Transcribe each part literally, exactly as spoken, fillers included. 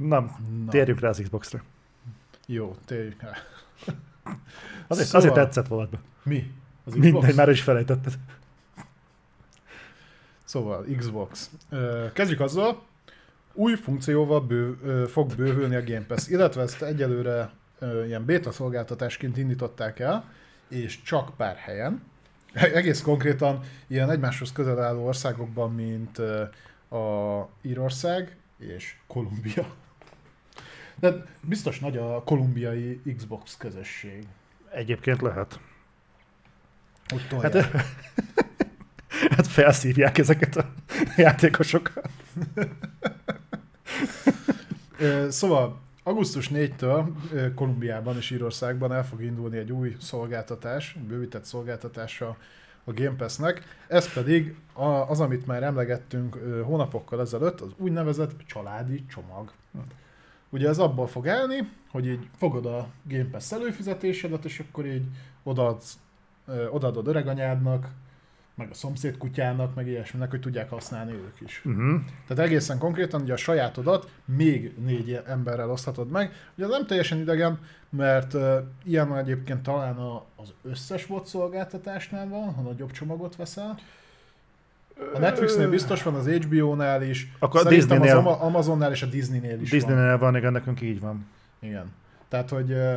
Na, Na. térjünk rá az Xbox-ra. Jó, térjünk rá. Azért, szóval... azért tetszett volna. Mi? Az Xbox? Mindegy, már is felejtetted. Szóval Xbox. Kezdjük azzal, új funkcióval bő, fog bővülni a Game Pass, illetve ezt egyelőre ilyen beta szolgáltatásként indították el, és csak pár helyen. Egész konkrétan ilyen egymáshoz közel álló országokban, mint a Írország és Kolumbia. De biztos nagy a kolumbiai Xbox közösség. Egyébként lehet. Hát, hát felszívják ezeket a játékosokat. Szóval augusztus negyedikétől Kolumbiában és Írországban el fog indulni egy új szolgáltatás, bővített szolgáltatása a Game Pass-nek. Ez pedig az, amit már emlegettünk hónapokkal ezelőtt, az úgynevezett családi csomag. Ugye ez abból fog állni, hogy így fogod a Game Pass előfizetésedet, és akkor így odaadsz, odaadod öreganyádnak, meg a szomszéd kutyának, meg ilyesminek, hogy tudják használni ők is. Uh-huh. Tehát egészen konkrétan ugye a sajátodat még négy emberrel oszthatod meg. Ugye ez nem teljesen idegen, mert uh, ilyen egyébként talán a, az összes volt szolgáltatásnál van, ha nagyobb csomagot veszel. A Netflixnél biztos van, az há bé ó-nál is, akkor szerintem a az Amazonnál és a Disneynél is Disneynél van. van, igen, nekünk így van. Igen. Tehát, hogy uh,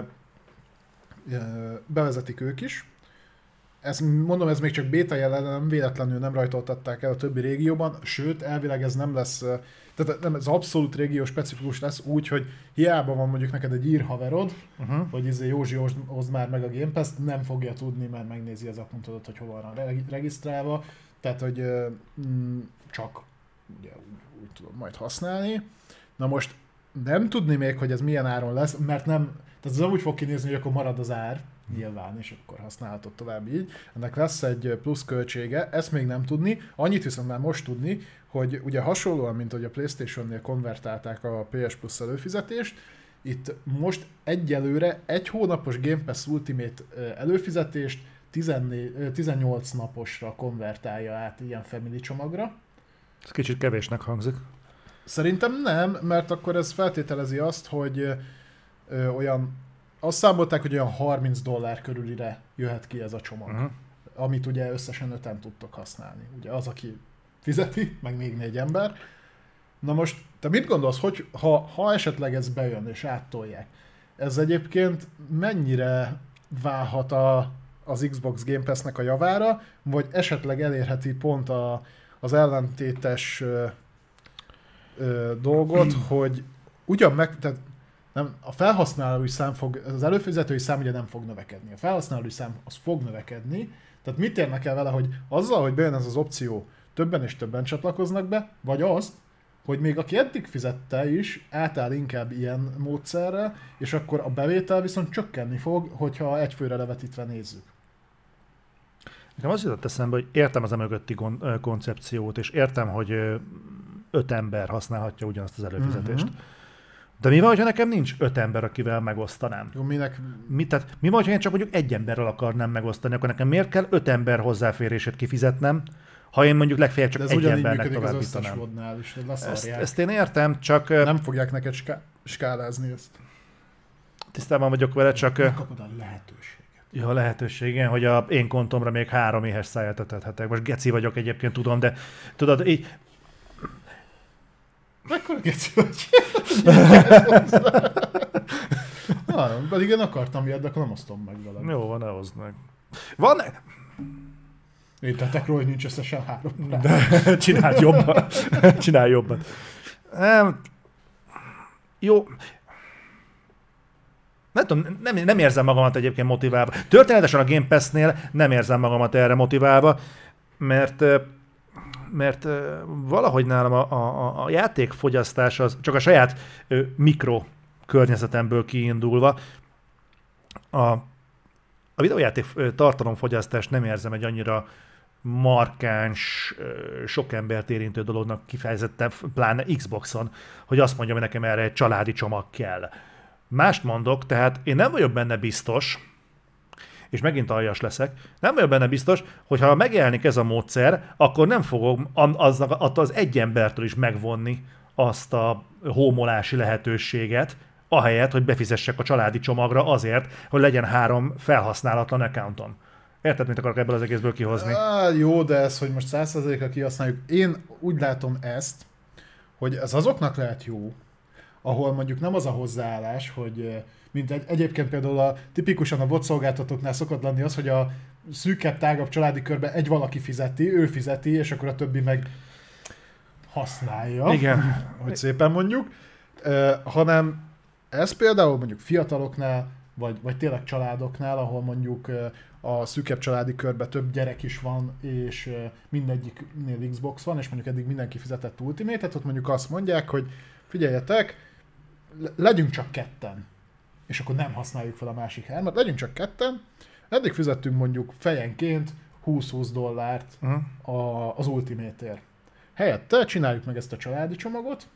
uh, bevezetik ők is. Ezt mondom, ez még csak beta jelen, nem véletlenül nem rajtoltatták el a többi régióban, sőt, elvileg ez nem lesz, tehát nem, ez abszolút régió specifikus lesz úgy, hogy hiába van mondjuk neked egy ír haverod, uh-huh. hogy izé Józsi, hozd már meg a Game Pass-t, nem fogja tudni, mert megnézi az akkontodat, hogy hol van regisztrálva, tehát, hogy mm, csak ugye, úgy, úgy tudom majd használni. Na most nem tudni még, hogy ez milyen áron lesz, mert nem, tehát ez nem úgy fog kinézni, hogy akkor marad az ár, nyilván, és akkor használhatod tovább így. Ennek lesz egy plusz költsége, ezt még nem tudni. Annyit viszont már most tudni, hogy ugye hasonlóan, mint hogy a PlayStation-nél konvertálták a pé es Plus előfizetést, itt most egyelőre egy hónapos Game Pass Ultimate előfizetést tizennégy, tizennyolc naposra konvertálja át ilyen family csomagra. Ez kicsit kevésnek hangzik. Szerintem nem, mert akkor ez feltételezi azt, hogy ö, olyan azt számolták, hogy olyan harminc dollár körülire jöhet ki ez a csomag, uh-huh. amit ugye összesen öten tudtok használni. Ugye az, aki fizeti, meg még négy ember. Na most, te mit gondolsz, hogy ha, ha esetleg ez bejön és áttolják, ez egyébként mennyire válhat a, az Xbox Game Pass-nek a javára, vagy esetleg elérheti pont a, az ellentétes ö, ö, dolgot, hogy ugyan meg... Tehát, nem, a felhasználói szám fog, az előfizetői szám ugye nem fog növekedni. A felhasználói szám az fog növekedni. Tehát mit érnek el vele, hogy azzal, hogy bejön ez az opció, többen és többen csatlakoznak be, vagy azt, hogy még aki eddig fizette is, átáll inkább ilyen módszerre, és akkor a bevétel viszont csökkenni fog, hogyha egyfőre levetítve nézzük. Nekem az jutott eszembe, hogy értem az emögötti koncepciót, és értem, hogy öt ember használhatja ugyanazt az előfizetést. Uh-huh. De mi van, ha nekem nincs öt ember, akivel megosztanám? Jó, minek... Mi, tehát, mi van, ha én csak mondjuk egy emberrel akarnám megosztani, akkor nekem miért kell öt ember hozzáférését kifizetnem, ha én mondjuk legfeljebb csak egy embernek továbbítanám? Az is, ezt, ezt én értem, csak... Nem fogják neked ská- skálázni ezt. Tisztában vagyok vele, csak... Megkapod a lehetőséget. Ja, a lehetőségen, hogy a én kontomra még három éhes száját ötethetek. Most geci vagyok egyébként, tudom, de tudod, így... Mekkora geci vagy? Na, pedig én akartam ilyet, de akkor nem osztom meg vele. Jó van, ne hozd meg. Van... Én tettek róla, hogy nincs összesen három. De csináld jobban. Csinálj jobban. Nem. Jó. Nem tudom, nem, nem érzem magamat egyébként motiválva. Történetesen a Game Pass-nél nem érzem magamat erre motiválva, mert... mert valahogy nálam a, a, a játékfogyasztás az csak a saját ö, mikro környezetemből kiindulva. A, a videójáték tartalomfogyasztást nem érzem egy annyira markáns, sok embert érintő dolognak kifejezetten, pláne Xboxon, hogy azt mondjam, hogy nekem erre egy családi csomag kell. Mást mondok, tehát én nem vagyok benne biztos, és megint aljas leszek, nem vagyok benne biztos, hogy ha megjelenik ez a módszer, akkor nem fogom az, attól az egy embertől is megvonni azt a hómolási lehetőséget, ahelyett, hogy befizessek a családi csomagra azért, hogy legyen három felhasználatlan accountom. Érted, mit akarok ebből az egészből kihozni? Á, jó, de ez, hogy most száz százalékra kihasználjuk. Én úgy látom ezt, hogy ez azoknak lehet jó, ahol mondjuk nem az a hozzáállás, hogy mint egy, egyébként például a, tipikusan a bot szolgáltatóknál szokott lenni az, hogy a szűkebb, tágabb családi körben egy valaki fizeti, ő fizeti, és akkor a többi meg használja, Igen. hogy szépen mondjuk, uh, hanem ez például mondjuk fiataloknál, vagy, vagy tényleg családoknál, ahol mondjuk uh, a szűkebb családi körben több gyerek is van, és uh, mindegyiknél Xbox van, és mondjuk eddig mindenki fizetett Ultimate-et, ott mondjuk azt mondják, hogy figyeljetek, legyünk csak ketten, és akkor nem használjuk fel a másik hármat, legyünk csak ketten, eddig fizettünk mondjuk fejenként húsz-húsz dollárt uh-huh. a, az Ultimate-ért. Helyette csináljuk meg ezt a családi csomagot,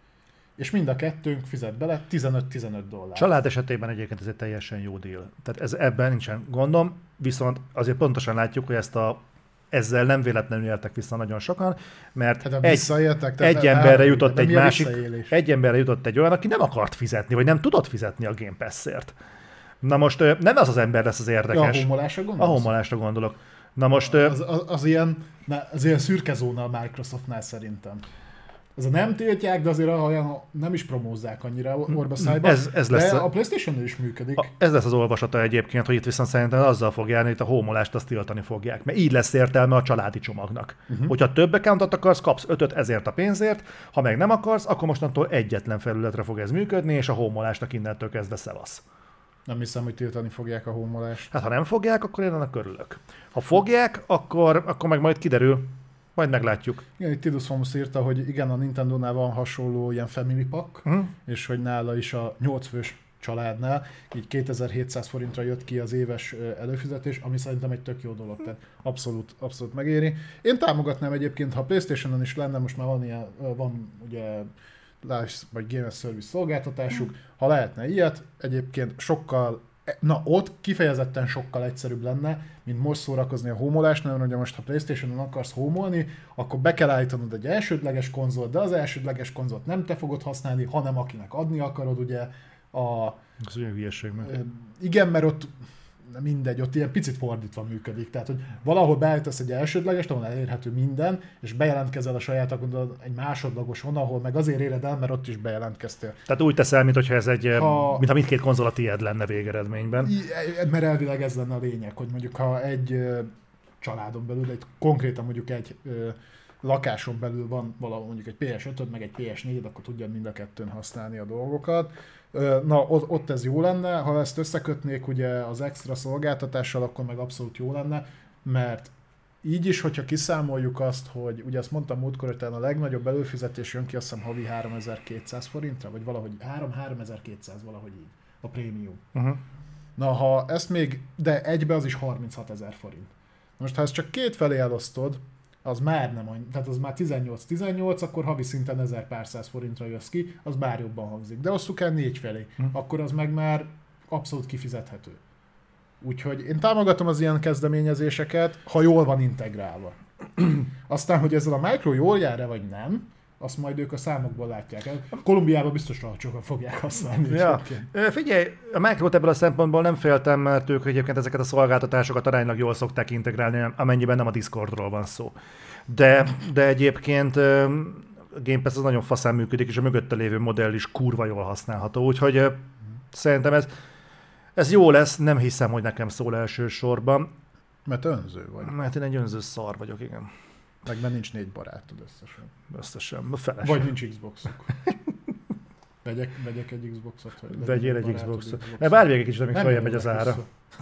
és mind a kettőnk fizet bele tizenöt-tizenöt dollár. Család esetében egyébként ez egy teljesen jó deal. Tehát ez, ebben nincsen gondom, viszont azért pontosan látjuk, hogy ezt a, ezzel nem véletlenül éltek vissza nagyon sokan, mert hát egy, egy emberre jutott egy másik, egy emberre jutott egy olyan, aki nem akart fizetni, vagy nem tudott fizetni a Game Pass-ért. Na most nem az az ember lesz az érdekes. Ja, a homolásra gondolsz? A homolásra gondolok. Na most... Az, az, az, ilyen, az ilyen szürke zóna a Microsoftnál szerintem. Ez a nem tiltják, de azért olyan nem is promózzák annyira orba szájba. Ez, ez lesz de a, a PlayStation-nől is működik. A, ez lesz az olvasata egyébként, hogy itt viszont szerintem azzal fog járni, hogy itt a homolást azt tiltani fogják. Mert így lesz értelme a családi csomagnak. Uh-huh. Hogyha több accountot akarsz, kapsz ötöt ezért a pénzért, ha meg nem akarsz, akkor mostantól egyetlen felületre fog ez működni, és a homolásnak innentől kezdve szevasz. Nem hiszem, hogy tiltani fogják a homolást. Hát ha nem fogják, akkor én annak örülök. Ha fogják, akkor, akkor meg majd kiderül. Majd meglátjuk. Igen, itt Tidus Homus írta, hogy igen, a Nintendo-nál van hasonló ilyen family pack, uh-huh. és hogy nála is a nyolc fős családnál így kétezer-hétszáz forintra jött ki az éves előfizetés, ami szerintem egy tök jó dolog, tehát abszolút, abszolút megéri. Én támogatnám egyébként, ha PlayStation-on is lenne, most már van ilyen, van ugye live vagy Game as Service szolgáltatásuk, uh-huh. ha lehetne ilyet, egyébként sokkal na, ott kifejezetten sokkal egyszerűbb lenne, mint most szórakozni a homolásnál, mert ugye most, ha PlayStation-on akarsz homolni, akkor be kell állítanod egy elsődleges konzolt, de az elsődleges konzolt nem te fogod használni, hanem akinek adni akarod, ugye a... Ez olyan hülyeség meg. Igen, mert ott mindegy, ott ilyen picit fordítva működik. Tehát, hogy valahol beállítasz egy elsődleges, ahol elérhető minden, és bejelentkezel a saját akondon egy másodlagoson, ahol meg azért éred el, mert ott is bejelentkeztél. Tehát úgy teszel, mintha ez egy, ha... mintha mindkét konzol a tiéd lenne végeredményben. I, mert elvileg ez lenne a lényeg, hogy mondjuk ha egy ö, családon belül, egy konkrétan mondjuk egy ö, lakáson belül van valahol mondjuk egy pé es ötöd, meg egy pé es négyed, akkor tudja mind a kettőn használni a dolgokat. Na, ott ez jó lenne, ha ezt összekötnék ugye az extra szolgáltatással, akkor meg abszolút jó lenne, mert így is, hogyha kiszámoljuk azt, hogy ugye azt mondtam múltkor, hogy talán a legnagyobb előfizetés jön ki, azt hiszem havi háromezer-kétszáz forintra, vagy valahogy három-háromezer-kétszáz, valahogy így, a prémium. Uh-huh. Na, ha ezt még, de egybe az is harminchatezer forint. Most ha ezt csak két felé elosztod, az már nem annyi, tehát az már tizennyolc-tizennyolc, akkor havi szinten ezer pár száz forintra jössz ki, az bár jobban hangzik. De osszuk el négy felé, hm. akkor az meg már abszolút kifizethető. Úgyhogy én támogatom az ilyen kezdeményezéseket, ha jól van integrálva. Aztán, hogy ezzel a Micro jól jár-e vagy nem, azt majd ők a számokból látják el. Kolumbiában biztos sokan fogják használni. Ja. Figyelj, a Microt ebből a szempontból nem féltem, mert ők egyébként ezeket a szolgáltatásokat aránylag jól szokták integrálni, amennyiben nem a Discordról van szó. De, de egyébként a Game Pass az nagyon faszán működik, és a mögötte lévő modell is kurva jól használható. Úgyhogy hmm. szerintem ez, ez jó lesz, nem hiszem, hogy nekem szól elsősorban. Mert önző vagy. Mert én egy önző szar vagyok, igen. Meg mert nincs négy barátod összesen. Összesen, felesem. Vagy nincs Xboxok. vegyek, vegyek egy Xboxot. Vagy vegyél egy Xboxot. Xboxot. Ne várj egy kicsit, amíg följebb megy az ára.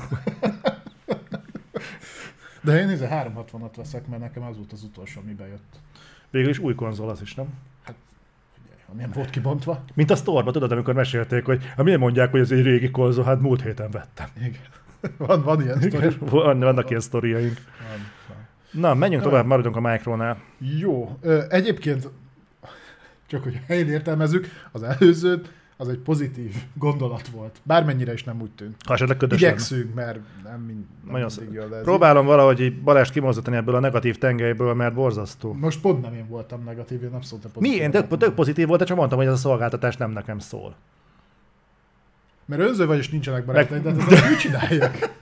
De én ez a háromszázhatvanat veszek, mert nekem az volt az utolsó, ami bejött. Végül is új konzol az is, nem? Hát, figyelj, ha nem volt kibontva. Mint a sztorba, tudod, amikor mesélték, hogy ha miért mondják, hogy ez egy régi konzol, hát múlt héten vettem. Igen. Van, van ilyen sztori. Van, vannak ilyen sztoriaink. Van, van. Na, menjünk tovább, maradjunk a Micronál. Jó. Ö, egyébként, csak hogy helyén értelmezzük, az előzőt, az egy pozitív gondolat volt. Bármennyire is nem úgy tűnt. Ha esetleg ködös lenne. Igyekszünk, mert nem, mind, nem mindig jól, de ez Próbálom így... valahogy így Balást kimozdítani ebből a negatív tengelyből, mert borzasztó. Most pont nem én voltam negatív, én abszolút nem pozitív. Mi? Én tök, tök pozitív volt, csak mondtam, hogy ez a szolgáltatás nem nekem szól. Mert önző vagy, és nincsenek barátaid, de ezt úgy csinálják.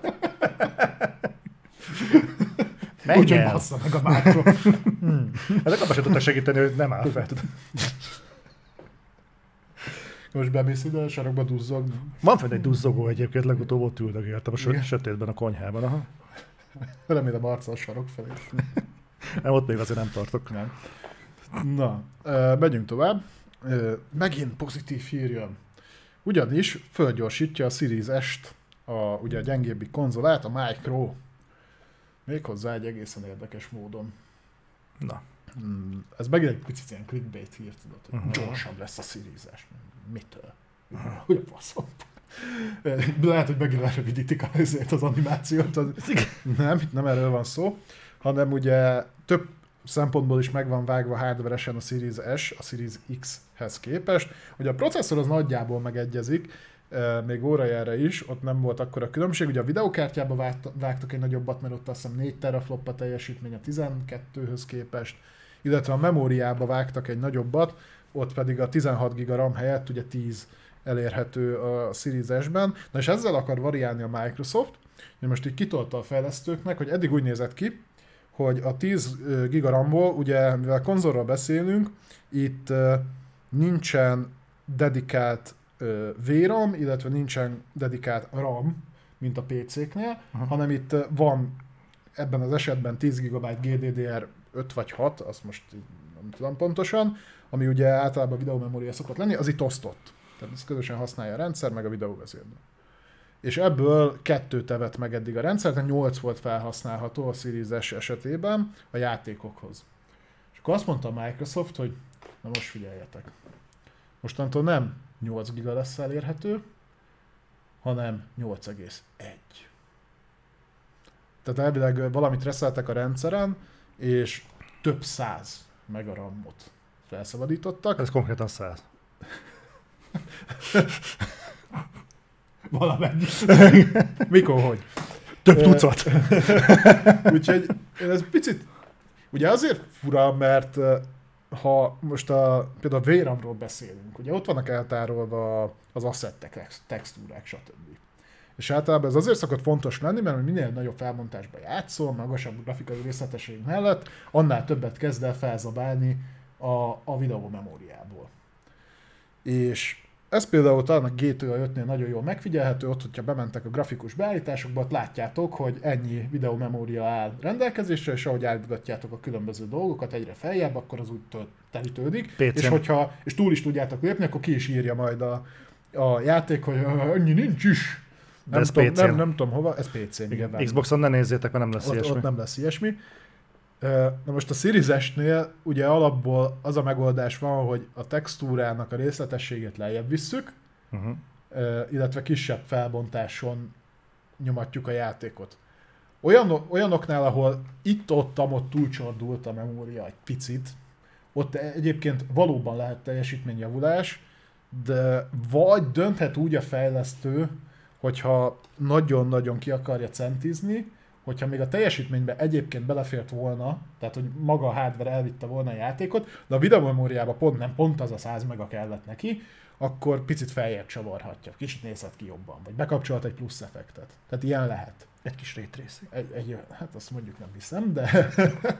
Úgyhogy bassza meg a mákról. hmm. Ezek abban sem tudtak segíteni, hogy nem áll fel. Most bemész ide a sarokba duzzogni? Van fenn egy duzzogó egyébként, legutóbb ott üldögéltem a sö- sötétben a konyhában. Aha. Remélem arccal a sarok felé. Nem, ott még azért nem tartok. Nem. Na, uh, megyünk tovább. Uh, megint pozitív hír jön. Ugyanis fölgyorsítja a Series S-t, a, ugye a gyengébbi konzolát, a Micro. Méghozzá egy egészen érdekes módon. Na. Hmm, ez megint egy picit ilyen clickbait hír, tudod, hogy uh-huh. gyorsabb lesz a Series S. Mitől? Uh-huh. Hogy faszom? Lehet, hogy megint lerövidítik azért az animációt. Az... Nem, nem erről van szó, hanem ugye több szempontból is meg van vágva hardveresen a Series S, a Series X-hez képest. Ugye a processzor az nagyjából megegyezik, még órajára is, ott nem volt akkora különbség. Ugye a videókártyába vágtak egy nagyobbat, mert ott azt hiszem négy teraflop a teljesítmény a tizenkettőhöz képest, illetve a memóriába vágtak egy nagyobbat, ott pedig a tizenhat giga RAM helyett ugye tíz elérhető a Series S-ben. Na és ezzel akar variálni a Microsoft, hogy most így kitolta a fejlesztőknek, hogy eddig úgy nézett ki, hogy a tíz giga RAM-ból, ugye mivel konzolról beszélünk, itt nincsen dedikált vé RAM, illetve nincsen dedikált RAM, mint a pé céknél, aha. hanem itt van ebben az esetben tíz gigabyte gé dé dé er öt vagy hat, azt most nem tudom pontosan, ami ugye általában videómemória szokott lenni, az itt osztott. Tehát ezt közösen használja a rendszer, meg a videóvezérlő. És ebből kettő tevet meg eddig a rendszer, tehát nyolc volt felhasználható a Series S esetében a játékokhoz. És akkor azt mondta a Microsoft, hogy na most figyeljetek. Mostantól nem nyolc giga lesz elérhető, hanem nyolc egész egy. Tehát elvileg valamit reszeltek a rendszeren, és több száz megaramot felszabadítottak. Ez konkrétan száz. Valamennyi. Mikor, hogy? Több tucat. Úgyhogy ez picit, ugye azért fura, mert ha most a, például a vé ramról beszélünk, ugye ott vannak eltárolva az asszettek, textúrák, stb. És általában ez azért szokott fontos lenni, mert minél nagyobb felbontásba játszol, magasabb grafikai részletesség mellett, annál többet kezd el felzabálni a, a videó memóriából. És ez például talán a gé té á ötnél nagyon jól megfigyelhető, ott, hogyha bementek a grafikus beállításokba, ott látjátok, hogy ennyi videómemória áll rendelkezésre, és ahogy állítgatjátok a különböző dolgokat egyre feljebb, akkor az úgy tölt, telítődik, és hogyha és túl is tudjátok lépni, akkor ki is írja majd a, a játék, hogy ennyi nincs is. Nem tudom, nem, nem tudom hova, ez pé cén. Igen, Xboxon ne nézzétek, mert nem lesz ott, ilyesmi. Ott nem lesz ilyesmi. Na most a Series S-nél ugye alapból az a megoldás van, hogy a textúrának a részletességét lejjebb visszük, uh-huh. illetve kisebb felbontáson nyomatjuk a játékot. Olyan, olyanoknál, ahol itt-ott, ott túlcsordult a memória egy picit, ott egyébként valóban lehet teljesítményjavulás, de vagy dönthet úgy a fejlesztő, hogyha nagyon-nagyon ki akarja centizni, hogyha még a teljesítménybe egyébként belefért volna, tehát hogy maga a hardware elvitte volna a játékot, de a videómemóriába pont nem, pont az a száz mega kellett neki, akkor picit feljebb csavarhatja, kicsit nézhet ki jobban, vagy bekapcsolt egy plusz effektet. Tehát ilyen lehet. Egy kis ray tracing. Egy, egy, hát azt mondjuk nem hiszem, de,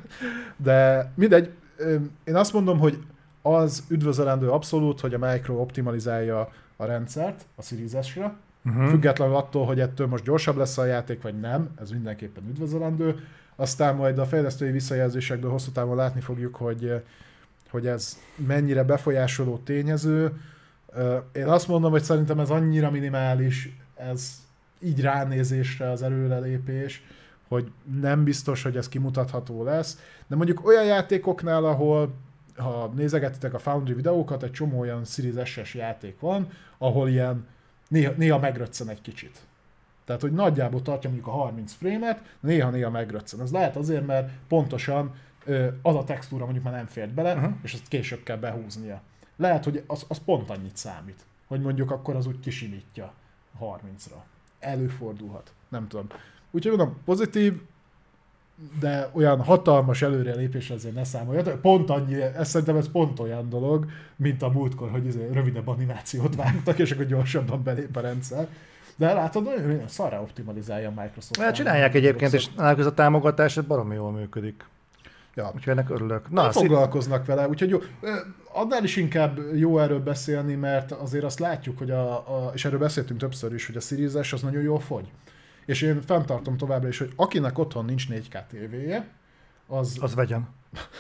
de mindegy. Én azt mondom, hogy az üdvözölendő abszolút, hogy a Micro optimalizálja a rendszert a Series S-re, uh-huh. függetlenül attól, hogy ettől most gyorsabb lesz a játék, vagy nem, ez mindenképpen üdvözölendő. Aztán majd a fejlesztői visszajelzésekből hosszú távon látni fogjuk, hogy, hogy ez mennyire befolyásoló tényező. Én azt mondom, hogy szerintem ez annyira minimális, ez így ránézésre az előrelépés, hogy nem biztos, hogy ez kimutatható lesz. De mondjuk olyan játékoknál, ahol ha nézegetitek a Foundry videókat, egy csomó olyan Series S-es játék van, ahol ilyen néha, néha megröccen egy kicsit. Tehát, hogy nagyjából tartja mondjuk a harminc frame-et, néha-néha megröccen. Ez lehet azért, mert pontosan az a textúra mondjuk már nem fért bele, uh-huh. és azt később kell behúznia. lehet, hogy az, az pont annyit számít, hogy mondjuk akkor az úgy kisimítja harmincra. Előfordulhat, nem tudom. Úgyhogy mondom, pozitív, de olyan hatalmas előrelépésre azért ne számoljatok. Pont annyi, ez szerintem ez pont olyan dolog, mint a múltkor, hogy izé rövidebb animációt vágtak, és akkor gyorsabban belép a rendszer. De látod, hogy szarra optimalizálja a Microsoft. Hát csinálják egyébként, és náluk ez a támogatás baromi jól működik. Ja. Úgyhogy ennek örülök. Na, foglalkoznak vele, úgyhogy jó, annál is inkább jó erről beszélni, mert azért azt látjuk, hogy a, a és erről beszéltünk többször is, hogy a Series S az nagyon jól fogy. És én fenntartom továbbra is, hogy akinek otthon nincs négy ká tévéje, az... Az vegyen.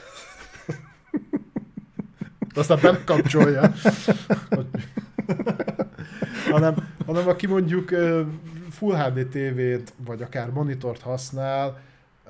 Aztán bekapcsolja. hanem, hanem aki mondjuk Full há dé tévét, vagy akár monitort használ,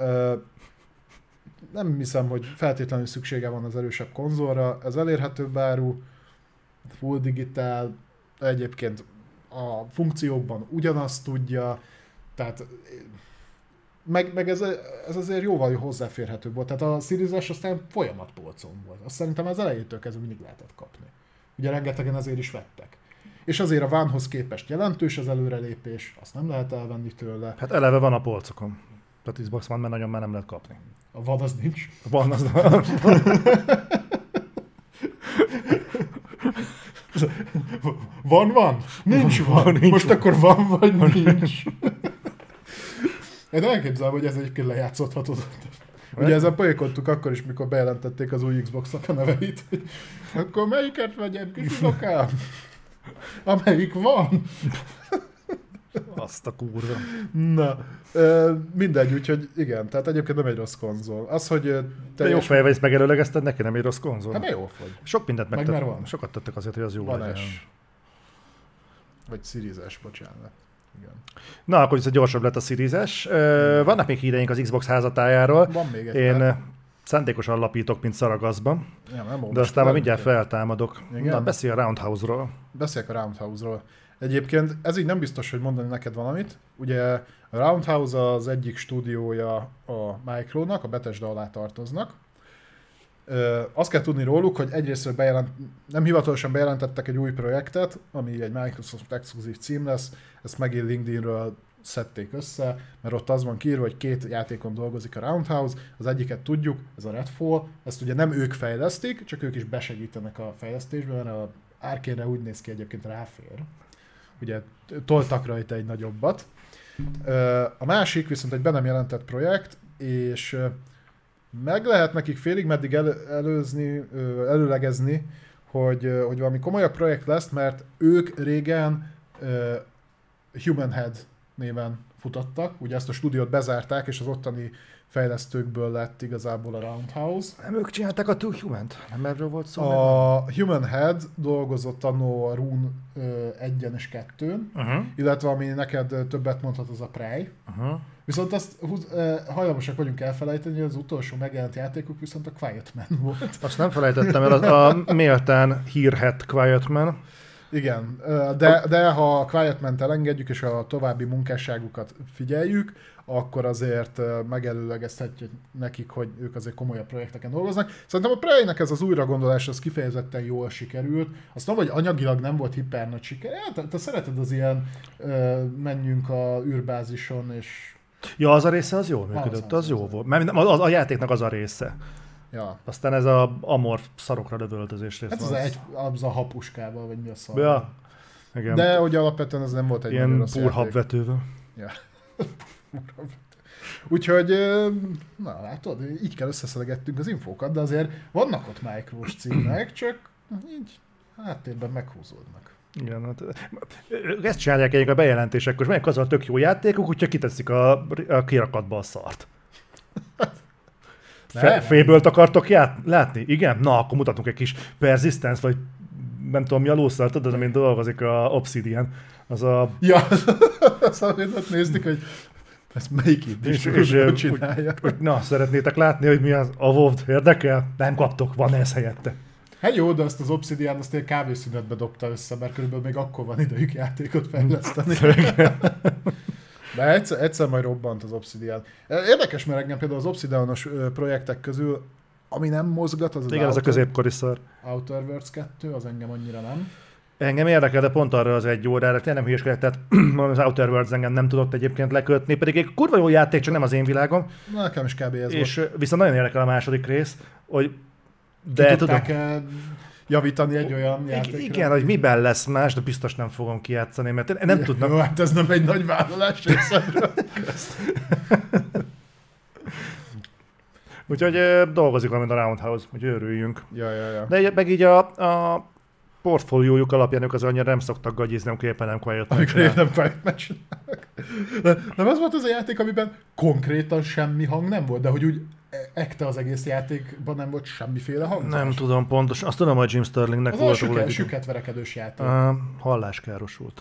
nem hiszem, hogy feltétlenül szüksége van az erősebb konzolra. Ez elérhetőbb áru, full digitál, egyébként a funkciókban ugyanazt tudja, tehát meg, meg ez, ez azért jóval hozzáférhetőbb volt. Tehát a Series S aztán folyamatpolcon volt. Azt szerintem az elejétől kezdve mindig lehetett kapni. Ugye rengetegen azért is vettek. És azért a One-hoz képest jelentős az előrelépés, azt nem lehet elvenni tőle. Hát eleve van a polcokon. Tehát Xbox One, mert nagyon már nem lehet kapni. A van az nincs. A van az nem. Van, van? Nincs, van. van. Nincs, Most van. Akkor van, vagy van, nincs. Én elképzelem, hogy ez egyébként lejátszódhatod. Ugye ezzel poékodtuk akkor is, mikor bejelentették az új Xbox-nak a neveit. Akkor melyiket vegyem, kis unokám? Amelyik van. Azt a kurva. Na, mindegy, úgyhogy igen, tehát egyébként nem egy rossz konzol. Az, hogy teljes... De jó fejvel is megelőlegezted, neki nem egy rossz konzol. Hát jó fogy. Sok mindent megtettek. Sokat tettek azért, hogy az jó van legyen. Es. Vagy Series S, bocsánat. Igen. Na, akkor viszont gyorsabb lett a Series S. Vannak még híreink az Xbox házatájáról. Van még egy Én pár. szándékosan lapítok, mint szaragaszban. Ja, nem de aztán már mindjárt feltámadok. Igen? Na, beszélj a Roundhouse-ról. Beszéljek a Roundhouse-ról. Egyébként ez így nem biztos, hogy mondani neked valamit. Ugye a Roundhouse az egyik stúdiója a Micronak, a Bethesda alá tartoznak. Ö, azt kell tudni róluk, hogy egyrészt bejelent, nem hivatalosan bejelentettek egy új projektet, ami egy Microsoft exkluzív cím lesz, ezt megint LinkedInről szedték össze, mert ott az van kiírva, hogy két játékon dolgozik a Roundhouse, az egyiket tudjuk, ez a Redfall, ezt ugye nem ők fejlesztik, csak ők is besegítenek a fejlesztésben, mert a Arkane úgy néz ki, egyébként ráfér. Ugye toltak rajta egy nagyobbat. A másik viszont egy be nem jelentett projekt, és meg lehet nekik félig meddig elő, előzni, előlegezni, hogy, hogy valami komolyabb projekt lesz, mert ők régen uh, Human Head néven futottak, ugye ezt a stúdiót bezárták, és az ottani fejlesztőkből lett igazából a Roundhouse. Nem ők csinálták a Two Human-t? Nem erről volt szó? A meg? Human Head dolgozott annó a Rune egyen és kettőn, uh-huh. illetve ami neked többet mondhat, az a Prey. Uh-huh. Viszont azt hajlamosak vagyunk elfelejteni, hogy az utolsó megjelent játékuk viszont a Quiet Man volt. Azt nem felejtettem el, az a méltán hírhedt Quiet Man. Igen, de, de ha a Quiet Man-t elengedjük, és a további munkásságukat figyeljük, akkor azért megelőlegezhetjük nekik, hogy ők azért komolyabb projekteken dolgoznak. Szerintem a Prey-nek ez az újragondolás az kifejezetten jól sikerült. Azt mondom, hogy anyagilag nem volt hiper nagy siker. Te, te szereted az ilyen menjünk a űrbázison, és... Ja, az a része az jól működött, az, az, az jó az volt. Mert az, a játéknak az a része. Ja. Aztán ez a amorf szarokra lövöldözés rész. Hát az, az, egy, az a hapuskával, vagy mi a szar. Ja. Igen. De hogy alapvetően ez nem volt egy ilyen púrhabvetővel. Ja. Úgyhogy, na látod, így kell összeszedgettünk az infókat, de azért vannak ott Micros címek, csak így háttérben meghúzódnak. Igen, hát, ezt csinálják egyik a bejelentésekkor, és melyek az a tök jó játékok, úgyhogy kiteszik a, a kirakatba a szart. Fe, Fable-t akartok ját, látni? Igen? Na, akkor mutatunk egy kis Persistence, vagy nem tudom mi a lószal, tudod, amint dolgozik a Obsidian. Az a... Ja, azt amit néztük, hogy ezt melyik itt is csinálja. Úgy, úgy, na, szeretnétek látni, hogy mi az a WoW érdekel? Nem kaptok, van ez helyette. Hát jó, de ezt az Obsidian azt egy kávészünetbe dobta össze, mert körülbelül még akkor van idejük játékot fejleszteni. De egyszer, egyszer majd robbant az Obsidian. Érdekes, mert engem például az Obsidianos projektek közül ami nem mozgat, az az Igen, az a középkori szar. Outer Worlds kettő, az engem annyira nem. Engem érdekel, de pont arra az egy órára, tényleg nem hülyeskedek, tehát az Outer Worlds engem nem tudott egyébként lekötni, pedig egy kurva jó játék, csak nem az én világom. Na, nekem is kb. Ez és volt. Viszont nagyon érdekel a második rész, hogy de tudom, javítani egy olyan játékra. Igen, hogy miben lesz más, de biztos nem fogom kijátszani, mert én nem tudnám. Jó, hát ez nem egy nagy vállalás részemről. Úgyhogy dolgozik valamint a Roundhouse, hogy örüljünk. Ja, ja, ja. De meg így a, a portfóliójuk alapján ők az annyira nem szoktak gagyizni, amikor éppen nem Quiet Amikor éppen nem Quiet megcsinálnak. Nem az volt az a játék, amiben konkrétan semmi hang nem volt, de hogy úgy ekte az egész játékban nem volt semmiféle hang. Nem tudom pontosan. Azt tudom, hogy Jim Sterlingnek az volt süket, róla egy... süket verekedős játék. Uh, halláskárosult.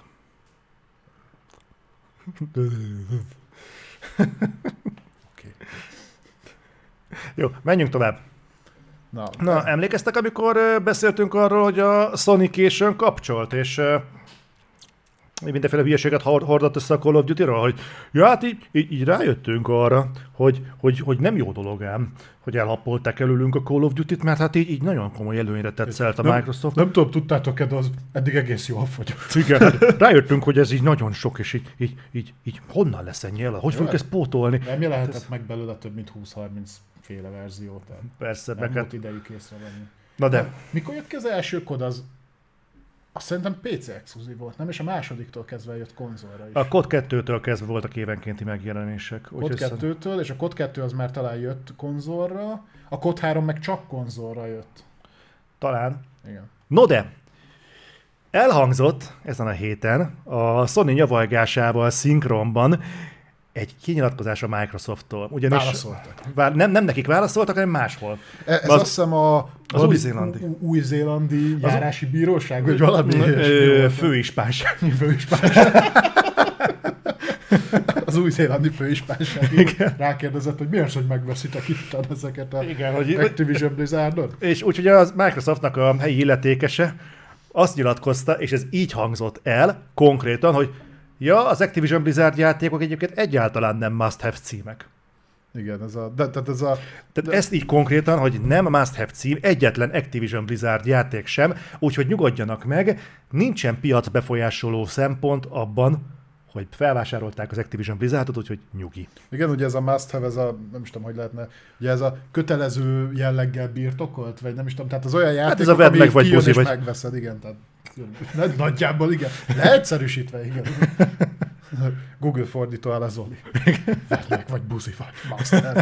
Okay. Jó, menjünk tovább. Na, Na emlékeztek, amikor beszéltünk arról, hogy a Sony későn kapcsolt, és uh, mindenféle hülyeséget hordott össze a Call of Duty-ról, hogy ja, hát így, így, így rájöttünk arra, hogy, hogy, hogy nem jó dolog ám, hogy elhappolták előlünk a Call of Duty-t, mert hát így, így nagyon komoly előnyre tetszelt a nem, Microsoft. Nem tudom, tudtátok-e, de az eddig egész jól fogyott. Igen, rájöttünk, hogy ez így nagyon sok, és így, így, így, így honnan lesz ennyi el? Hogy fogjuk ezt pótolni? Nem lehetett ez... meg belőle több mint húsz-harminc féle verziót. Persze, nem neked... volt idejük észrevenni. Na de... Na, mikor jött ki az első kod, az azt szerintem pé cé exkluzív volt, nem? És a másodiktól kezdve jött konzolra is. A kod kettőtől kezdve voltak évenkénti megjelenések. kod kettőtől, és a kod kettő az már talán jött konzolra, a kod három meg csak konzolra jött. Talán. Igen. No de, elhangzott ezen a héten a Sony nyavalgásával szinkronban egy kinyilatkozás a Microsofttól. Ugyanis válaszoltak. Vár, nem, nem nekik válaszoltak, hanem máshol. Ez az, azt hiszem a az új-zélandi. új-zélandi járási bíróság, vagy valami ö, főispánság. Főispánság. Az új-zélandi főispánság rákérdezett, hogy mi az, hogy megveszitek itt ezeket a Igen, hogy Activision Blizzardot. És úgyhogy a Microsoftnak a helyi illetékese azt nyilatkozta, és ez így hangzott el konkrétan, hogy ja, az Activision Blizzard játékok egyébként egyáltalán nem must-have címek. Igen, ez a... De, tehát ez a tehát de... ezt így konkrétan, hogy nem must-have cím, egyetlen Activision Blizzard játék sem, úgyhogy nyugodjanak meg, nincsen piac befolyásoló szempont abban, hogy felvásárolták az Activision Blizzardot, úgyhogy nyugi. Igen, ugye ez a must-have, ez a, nem is tudom, hogy lehetne, ugye ez a kötelező jelleggel birtokolt, vagy nem is tudom, tehát az olyan játék, hát ez a ami meg vagy kijön és vagy... megveszed, igen, tehát nagyjából igen, leegyszerűsítve, igen. Google fordító el a Zoli. Vedd meg, vagy buzi vagy, must-have.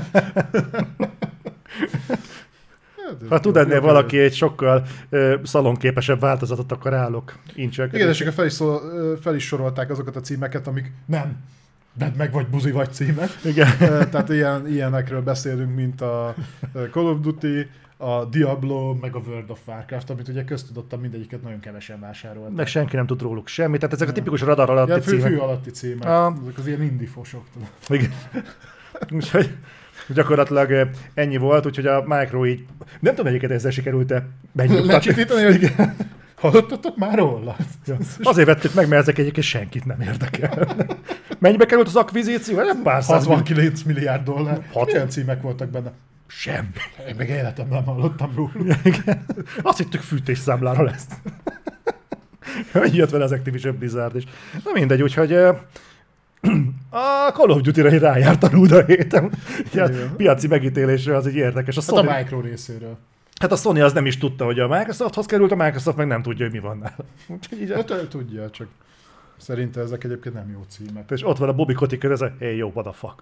Ha tud ennél valaki egy sokkal uh, szalonképesebb változatot, akkor állok. Incsek. Igen, és fel is, szól, fel is sorolták azokat a címeket, amik nem vedd meg, vagy buzi vagy címek. Igen. Tehát ilyen, ilyenekről beszélünk, mint a Call of Duty, a Diablo, meg a World of Warcraft, amit ugye köztudottan mindegyiket nagyon kevesen vásároltak. Meg senki nem tud róluk semmit, tehát ezek a tipikus radar alatti ja, fő, címek. Fő alatti címek, a... ezek az ilyen indie fosok. Igen. Úgyhogy gyakorlatilag ennyi volt, úgyhogy a Micro így, nem tudom, egyiket ezzel sikerült-e megnyugtatni. Lecsitítani, hogy hallottatok már róla? Ja. Azért vettük meg, mert ezek egyébként senkit nem érdekel. Mennyibe került az akvizíció? Nem pár hatvankilenc milliárd dollár. Hat... Milyen címek voltak benne? Semmi. Én meg életemben nem hallottam róla. Igen. Azt hittük fűtésszámlára lesz. Hogy jött vele az Activision Blizzard is. Na mindegy, úgyhogy a Call of Duty-ra rájárt a rúd a héten. A piaci megítélésre az egy érdekes. A hát Sony... a Micro részéről. Hát a Sony az nem is tudta, hogy a Microsofthoz került, a Microsoft meg nem tudja, hogy mi van nála. Így a... hát, tudja, csak szerintem ezek egyébként nem jó címek. És ott van a Bobby Kotick, ez a hey yo, what the fuck.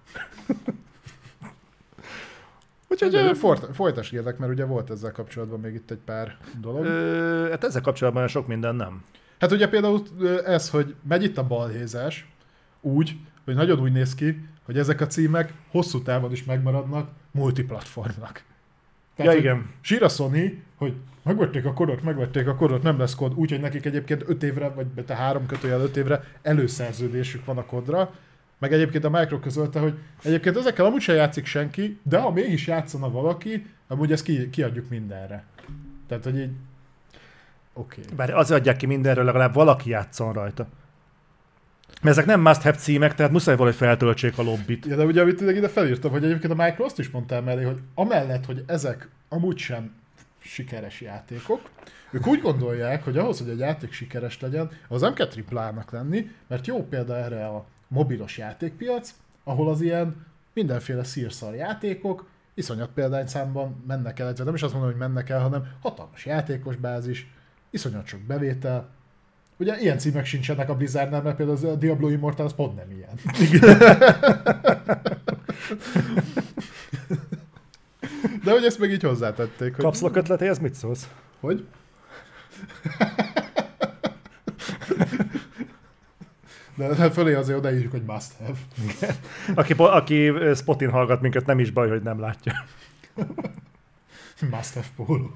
Úgyhogy folytasd, mert ugye volt ezzel kapcsolatban még itt egy pár dolog. Ö, hát ezzel kapcsolatban sok minden nem. Hát ugye például ez, hogy megy itt a balhézás úgy, hogy nagyon úgy néz ki, hogy ezek a címek hosszú távon is megmaradnak multiplatformnak. Tehát, ja, igen. Sír a Sony, hogy megvették a kodot, megvették a kodot, nem lesz kod, úgyhogy nekik egyébként öt évre, vagy te három kötőjel öt évre előszerződésük van a kodra. Meg egyébként a Micro közölte, hogy egyébként ezekkel amúgy sem játszik senki, de ha mégis játszana valaki, amúgy ezt ki, kiadjuk mindenre. Tehát, hogy így... Oké. Okay. Bár azért adják ki mindenről, legalább valaki játszon rajta. Mert ezek nem must-have címek, tehát muszáj valahogy feltöltsék a lobbit. Ja, de ugye, amit ide felírtam, hogy egyébként a Micro azt is mondta mellé, hogy amellett, hogy ezek amúgy sem sikeres játékok, ők úgy gondolják, hogy ahhoz, hogy egy játék sikeres legyen, az nem kell triplának lenni, mert jó példa erre a mobilos játékpiac, ahol az ilyen mindenféle szírszar játékok iszonyat példányszámban mennek el, nem is azt mondom, hogy mennek el, hanem hatalmas játékos bázis, iszonyat sok bevétel. Ugye ilyen címek sincsenek a Blizzardnál, mert például a Diablo Immortal az pont nem ilyen. De hogy ezt meg így hozzátették. Hogy... Kapszlok ötletéhez mit szólsz? Hogy? De hát fölé azért odaírjuk, hogy must have. Aki, aki Spotin hallgat minket, nem is baj, hogy nem látja. Must have póló.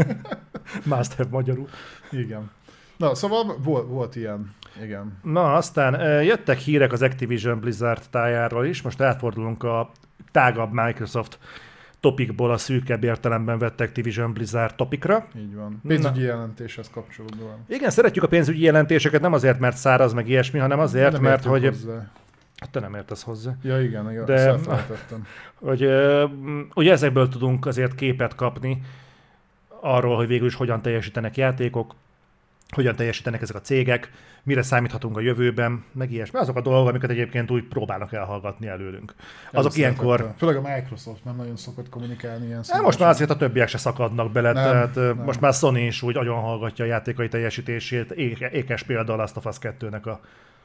Must have magyarul. Igen. Na, szóval volt, volt ilyen. Igen. Na, aztán jöttek hírek az Activision Blizzard tájáról is. Most átfordulunk a tágabb Microsoft topikból a szűkebb értelemben vett Activision Blizzard topikra. Így van. Pénzügyi jelentéshez kapcsolódóan. Igen, szeretjük a pénzügyi jelentéseket, nem azért, mert száraz, meg ilyesmi, hanem azért, nem mert hogy... Hozzá. Te nem értesz hozzá. Ja, igen, igen. De, feltettem. hogy ugye ezekből tudunk azért képet kapni arról, hogy végül is hogyan teljesítenek játékok, hogyan teljesítenek ezek a cégek, mire számíthatunk a jövőben, meg ilyesmi. Azok a dolgok, amiket egyébként úgy próbálnak elhallgatni előlünk. Azok ilyenkor... Főleg a Microsoft nem nagyon szokott kommunikálni ilyen szóval. Most már azért a többiek se szakadnak bele, nem, tehát nem. Most már Sony is úgy agyon hallgatja a játékai teljesítését. Ékes példa a Last of Us kettőnek a,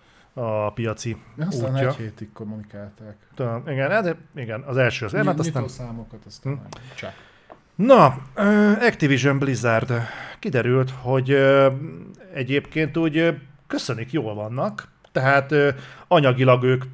a piaci aztán útja. egy hétig kommunikálták. Tudom, igen, de igen, az első az Ny- elment, aztán... számokat, aztán hm. Csá. Na, Activision Blizzard. Kiderült, hogy egyébként úgy köszönik, jól vannak, tehát anyagilag ők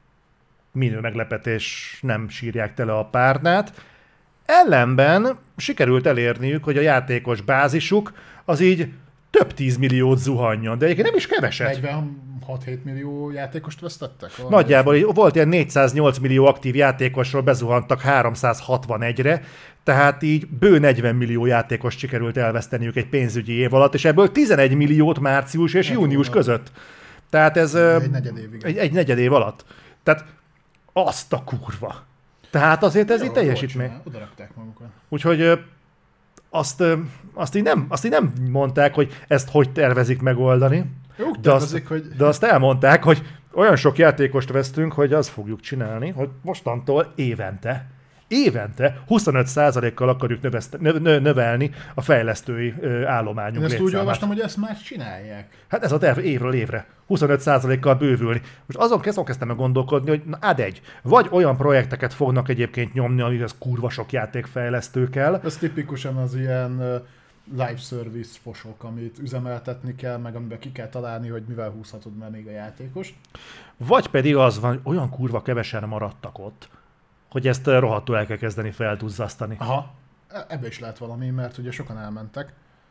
minő meglepetés nem sírják tele a párnát. Ellenben sikerült elérniük, hogy a játékos bázisuk az így több tízmilliót zuhanjon, de egyébként nem is keveset. negyvenhat-hét millió játékost vesztettek? Nagyjából volt ilyen négyszáznyolc millió aktív játékosról bezuhantak háromszázhatvanegyre, tehát így bő negyven millió játékos sikerült elveszteniük egy pénzügyi év alatt, és ebből tizenegy milliót március és hát június között. Tehát ez egy negyed év, egy, egy negyed év alatt. Tehát azt a kurva. Tehát azért ez jó, így teljesítmény. Oda rakták magukat. Úgyhogy azt, azt, így nem, azt így nem mondták, hogy ezt hogy tervezik megoldani. Jó, de, azt, hogy... de azt elmondták, hogy olyan sok játékost vesztünk, hogy azt fogjuk csinálni, hogy mostantól évente, évente huszonöt százalékkal akarjuk növeszt, nö, nö, növelni a fejlesztői ö, állományunk létszámát. Ezt úgy olvastam, hogy ezt már csinálják. Hát ez a terv évről évre. huszonöt százalékkal bővülni. Most azon kezdtem meg gondolkodni, hogy na, ad egy, vagy olyan projekteket fognak egyébként nyomni, amihez kurva sok játékfejlesztő kell. Ez tipikusan az ilyen uh, live service fosok, amit üzemeltetni kell, meg amiben ki kell találni, hogy mivel húzhatod már még a játékost. Vagy pedig az van, hogy olyan kurva kevesen maradtak ott, hogy ezt rohadtul el kell kezdeni felduzzasztani. Aha, ebbe is lehet valami, mert ugye sokan elmentek.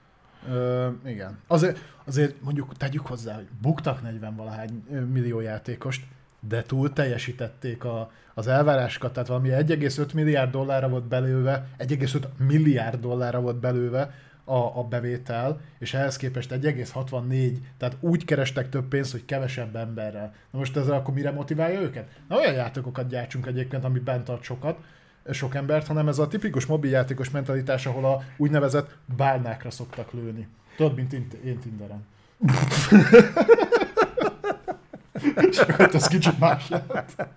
Ö, igen. Azért, azért mondjuk tegyük hozzá, hogy buktak negyven-valahány millió játékost, de túl teljesítették a, az elvárásokat, tehát valami egy egész öt milliárd dollárra volt belőve, egy egész öt milliárd dollárra volt belőve a, a bevétel, és ehhez képest egy egész hatvannégy, tehát úgy kerestek több pénzt, hogy kevesebb emberrel. Na most ezzel akkor mire motiválja őket? Na olyan játékokat gyártsunk egyébként, ami bent tart sokat, sok embert, hanem ez a tipikus mobiljátékos mentalitás, ahol a úgynevezett bálnákra szoktak lőni. Tudod, mint én Tinderen. Csak ott az kicsit más lehet.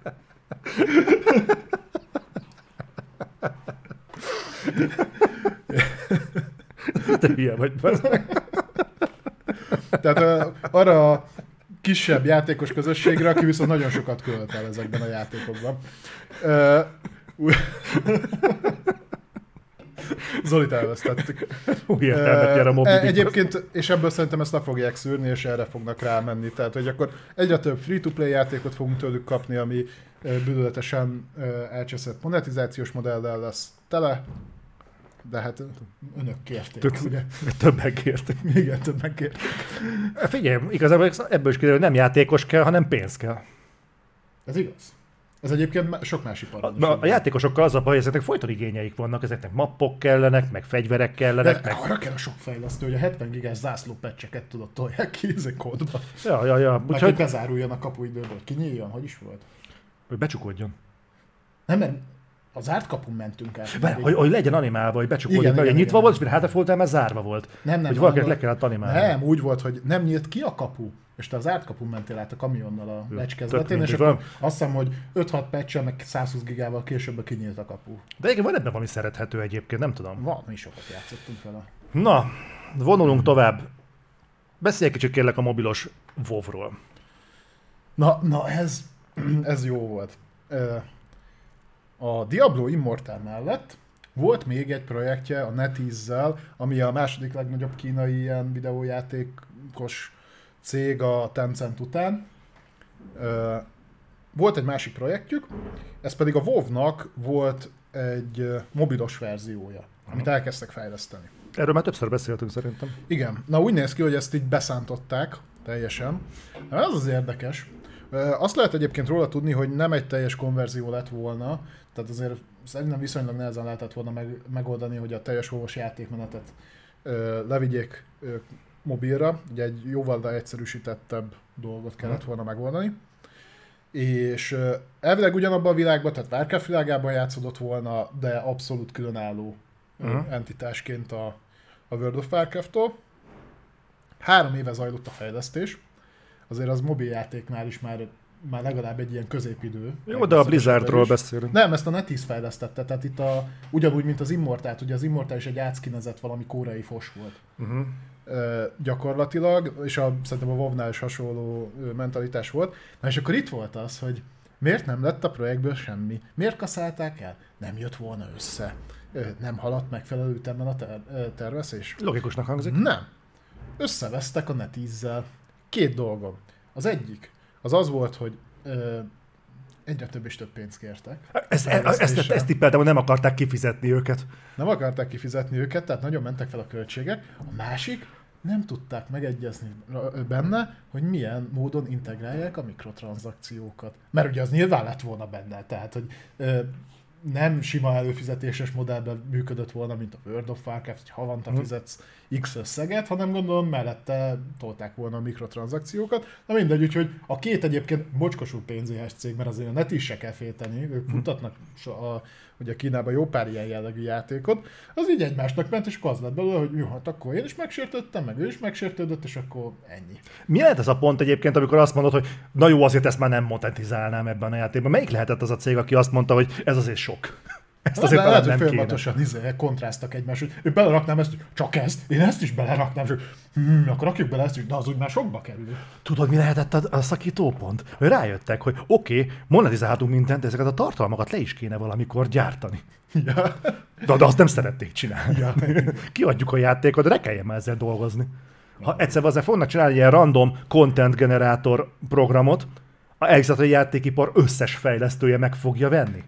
Te hülye vagy. Tehát uh, arra a kisebb játékos közösségre, aki viszont nagyon sokat költ el ezekben a játékokban. Uh, Zolit elvesztettük. Új értelmet jár a mobilikhoz. Egyébként, és ebből szerintem ezt le fogják szűrni, és erre fognak rámenni. Tehát, hogy akkor egyre több free-to-play játékot fogunk tőlük kapni, ami bűnöletesen elcseszett monetizációs modellel lesz tele. De hát önök kérték, Tök, ugye? Többen kértek. Igen, többen kérték. Figyelj, igazából ebből is kiderül, hogy nem játékos kell, hanem pénz kell. Ez igaz. Ez egyébként sok más iparban a, a, a játékosokkal az a baj, hogy ezeknek folyton igényeik vannak, ezeknek mappok kellenek, meg fegyverek kellenek. De meg... arra kell a sok fejlesztő, hogy a hetven gigás zászló patcheket tudod tolják ki ezek kódba. Ja, ja, ja. Meg hogy bezáruljon a kapuidőből, kinyíljon, hogy is volt? Hogy becsukódjon. Nem, mert a zárt kapun mentünk át. Bár, hogy, hogy legyen animálva, hogy becsukódjon, mert nyitva igen. volt, és mire hátrafoltál, mert zárva volt. Nem, nem. Hogy valakinek le kellett animálni. Nem, úgy volt, hogy nem nyílt ki a kapu, és te az zárt kapun mentél át a kamionnal a patch kezdetén, és akkor azt hiszem, hogy öt-hat patch-el, meg százhúsz gigával később kinyílt a kapu. De igen, van ebben valami szerethető egyébként, nem tudom. Van, mi sokat játszottunk vele. Na, vonulunk tovább. Beszélj kicsit kérlek a mobilos WoW-ról. Na, na ez, ez jó volt. A Diablo Immortal mellett volt még egy projektje a NetEase-zel, ami a második legnagyobb kínai ilyen videójátékos cég a Tencent után. Volt egy másik projektjük, ez pedig a WoW-nak volt egy mobilos verziója, amit elkezdtek fejleszteni. Erről már többször beszéltünk szerintem. Igen. Na úgy néz ki, hogy ezt így beszántották teljesen. Na, ez az érdekes. Azt lehet egyébként róla tudni, hogy nem egy teljes konverzió lett volna, tehát azért szerintem viszonylag nehezen lehetett volna meg, megoldani, hogy a teljes WoW-os játékmenetet ö, levigyék ö, mobilra. Ugye egy jóval egyszerűsítettebb dolgot kellett volna megoldani. És ö, elvileg ugyanabban a világban, tehát Warcraft világában játszódott volna, de abszolút különálló uh-huh. entitásként a, a World of Warcraft-tól. Három éve zajlott a fejlesztés. Azért az mobiljátéknál is már, már legalább egy ilyen középidő. Jó, de a Blizzardról beszélünk. Nem, ezt a NetEase fejlesztette, tehát itt a, ugyanúgy, mint az Immortalt, ugye az Immortal is egy átszkinezett valami koreai fos volt. Uh-huh. E, gyakorlatilag, és a, szerintem a WoW-nál is hasonló mentalitás volt. Na és akkor itt volt az, hogy miért nem lett a projektből semmi? Miért kaszálták el? Nem jött volna össze. Nem haladt megfelelő ütemben a ter- tervezés? Logikusnak hangzik. Nem. Összevesztek a NetEase-zel. Két dolgom. Az egyik, az az volt, hogy ö, egyre több és több pénzt kértek. Ezt, ezt, ezt, ezt tippeltem, hogy nem akarták kifizetni őket. Nem akarták kifizetni őket, tehát nagyon mentek fel a költségek. A másik, nem tudták megegyezni benne, hogy milyen módon integrálják a mikrotranszakciókat. Mert ugye az nyilván lett volna benne, tehát hogy ö, nem sima előfizetéses modellben működött volna, mint a World of Warcraft, hogy havonta fizetsz X összeget, hanem gondolom mellette tolták volna a mikrotranszakciókat. Na mindegy, úgyhogy a két egyébként mocskosul pénzéhes cég, mert azért a net is se kell félteni, ők mutatnak a, ugye Kínában jó pár ilyen jellegű játékot, az így egymásnak ment, és akkor az lett belőle, hogy jó, hát akkor én is megsértődtem, meg ő is megsértődött, és akkor ennyi. Mi lehet ez a pont egyébként, amikor azt mondod, hogy na jó, azért ezt már nem monetizálnám ebben a játékban? Melyik lehetett az a cég, aki azt mondta, hogy ez azért sok? Ezt azért lehet, hogy folyamatosan izé, kontráztak egymás, hogy én beleraknám ezt, csak ezt, én ezt is beleraknám, és hm, akkor rakjuk bele ezt is, de az úgy már sokba kerül. Tudod, mi lehetett a, a szakítópont? Hogy rájöttek, hogy oké, okay, monetizálhatunk mindent, de ezeket a tartalmakat le is kéne valamikor gyártani. Ja. De, de azt nem szerették csinálni. Ja. Kiadjuk a játékot, de ne kelljen már ezzel dolgozni. Ha egyszer azért fognak csinálni egy ilyen random content generátor programot, a egzatrai játékipar összes fejlesztője meg fogja venni.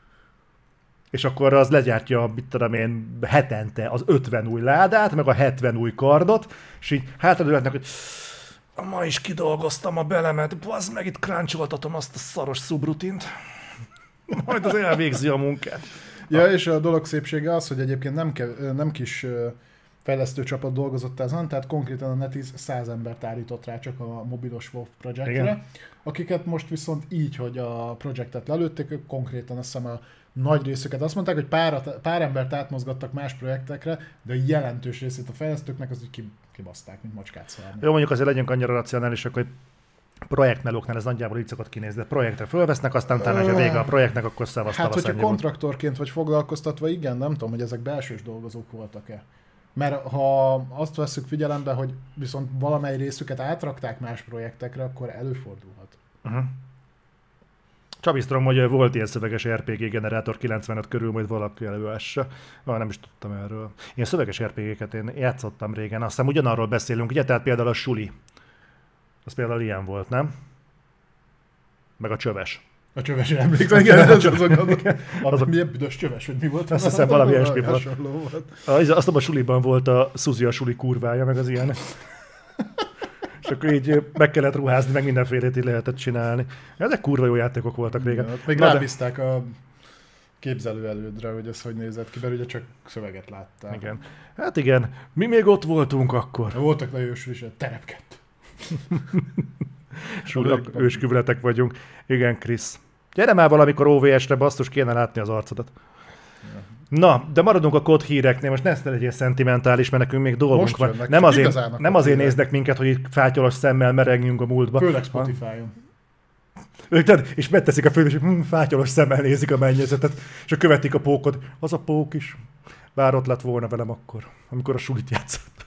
És akkor az legyártja, mit tudom én, hetente az ötven új ládát, meg a hetven új kardot, és így hátradőletnek, hogy ma is kidolgoztam a belemet, bazd meg, itt cruncholtatom azt a szaros szubrutint. Majd az elvégzi a munkát. Ja, és a dolog szépsége az, hogy egyébként nem, ke- nem kis fejlesztő csapat dolgozott ezen, tehát konkrétan a NetEase száz embert állított rá csak a mobilos WoW projektre, akiket most viszont így, hogy a projektet lelőtték, ők konkrétan azt hiszem a nagy részüket azt mondták, hogy pár, pár embert átmozgattak más projektekre, de a jelentős részét a fejlesztőknek az úgy kibaszták, mint macskát szárni. Jó, mondjuk azért legyünk annyira racionálisak, hogy projektmelóknál ez nagyjából így szokott kinézni, de projektre fölvesznek, aztán utána, ha vége a projektnek, akkor szevasztal hát, a hogyha szennyi kontraktorként vagy foglalkoztatva, igen, nem tudom, hogy ezek belsős dolgozók voltak-e. Mert ha azt veszük figyelembe, hogy viszont valamely részüket átrakták más projektekre, akkor előfordulhat. Uh-huh. Csabi Strong mondja, hogy volt ilyen szöveges er pé gé generátor kilencvenöt körül, majd valaki előássa. Ah, nem is tudtam erről. Ilyen szöveges er pé géket én játszottam régen, aztán ugyanarról beszélünk, ugye? Tehát például a Suli. Az például ilyen volt, nem? Meg a Csöves. A Csövesre emlékszem, igen, az azon gondolok. Azok milyen büdös Csöves, hogy mi volt? Azt hiszem valami ilyesmi volt. Azt hiszem a Suliban volt a Suzi a Suli kurvája, meg az ilyenek. És akkor így meg kellett ruházni, meg mindenfélét így lehetett csinálni. Ezek kurva jó játékok voltak régen. Igen, még rábízták de... a képzelő elődre, hogy ez hogy nézett ki, mert ugye csak szöveget láttál. Igen. Hát igen, mi még ott voltunk akkor. Voltak nagyon ősülés, terepkettő. Súlyok, ősküveletek vagyunk. Igen, Krisz. Gyere már valamikor ó vé es-re, basszus, kéne látni az arcodat. Ja. Na, de maradunk a kod híreknél, most ne legyél szentimentális, mert nekünk még dolgunk van. Nem azért, nem azért néznek minket, hogy itt fátyolos szemmel meregjünk a múltba. Főleg Spotify-on. És megteszik a főnök, hogy hm, fátyolos szemmel nézik a mennyezetet, és követik a pókot. Az a pók is. Bár ott lett volna velem akkor, amikor a sulit játszott.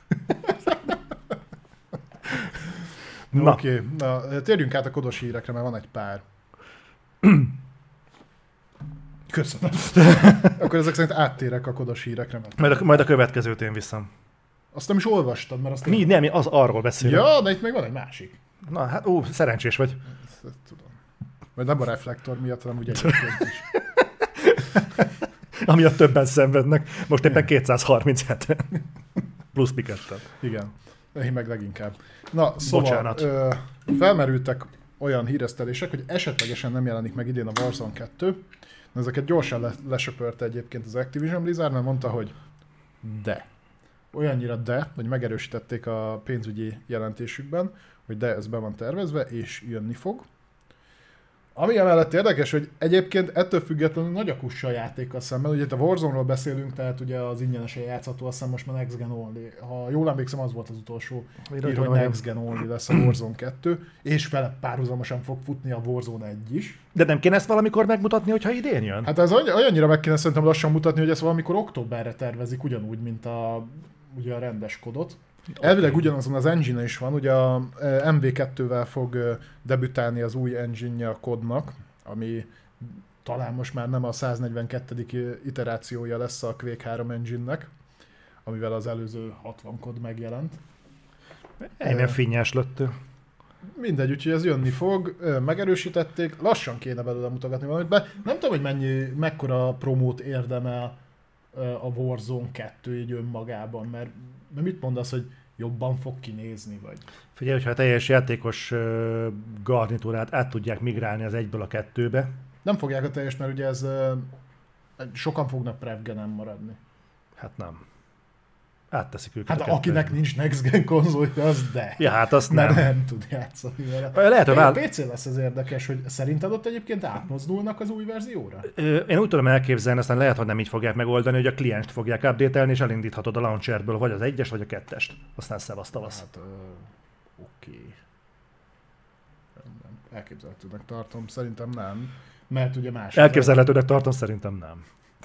Na. Oké, okay. Na, térjünk át a kodos hírekre, mert van egy pár. Köszönöm. Akkor ezek szerint áttérek a kodos hírekre. Mert... Majd, a, majd a következőt én viszem. Azt nem is olvastad, mert azt... Mi? Nem, az arról beszélek. Ja, de itt még van egy másik. Na, hát ó, szerencsés vagy. Ezt, ezt tudom. Vagy nem a reflektor miatt, hanem ugye egyébként is. Amiatt többen szenvednek. Most éppen kétszázharmincheten. Plusz pikettel. Igen. Én meg leginkább. Na, szóval ö, felmerültek olyan híresztelések, hogy esetlegesen nem jelenik meg idén a Warzone kettő. Ezeket gyorsan le- lesöpörte egyébként az Activision Blizzard, mert mondta, hogy de. Olyannyira de, hogy megerősítették a pénzügyi jelentésükben, hogy de, ez be van tervezve, és jönni fog. Ami emellett érdekes, hogy egyébként ettől függetlenül nagy a kussa a játékkal szemben. Ugye itt a Warzone-ról beszélünk, tehát ugye az ingyenesen játszható, azt hiszem most már Next Gen Only. Ha jól emlékszem, az volt az utolsó hír, hogy Next Gen Only lesz a Warzone kettő, és vele párhuzamosan fog futni a Warzone egy is. De nem kéne ezt valamikor megmutatni, hogyha idén jön? Hát ez olyannyira meg kéne szerintem lassan mutatni, hogy ezt valamikor októberre tervezik, ugyanúgy, mint a, ugye a rendes kodot. Okay. Elvileg ugyanazon az engine is van, ugye a em vé kettővel fog debütálni az új engine-je a kodnak, ami talán most már nem a száznegyvenkettedik iterációja lesz a Quake három engine-nek, amivel az előző hatvan kod megjelent. Egyben finnyás lett. Mindegy, úgyhogy ez jönni fog, megerősítették, lassan kéne belőle mutogatni valamit, be. Nem tudom, hogy mennyi, mekkora promót érdemel a Warzone kettő így önmagában, mert, mert mit mondasz, hogy jobban fog kinézni, vagy? Figyelj, hogyha a teljes játékos garnitúrát át tudják migrálni az egyből a kettőbe. Nem fogják a teljes, mert ugye ez sokan fognak prevgenen maradni. Hát nem. Átteszik őket. Hát akinek kettőben. Nincs Next Gen konzolja, az de. Ja, hát azt nem. nem. nem tud játszani vele. Lehet, hogy váll... pé cé lesz az érdekes, hogy szerinted ott egyébként átmozdulnak az új verzióra? Én úgy tudom elképzelni, aztán lehet, hogy nem így fogják megoldani, hogy a klienst fogják update-elni, és elindíthatod a launcherből vagy az egyest, vagy a kettest. Aztán szevasztavasz. Hát, uh, oké. Okay. Elképzelhetőnek tartom, szerintem nem. Mert ugye más. Elképzelhetőnek tartom, szerintem nem.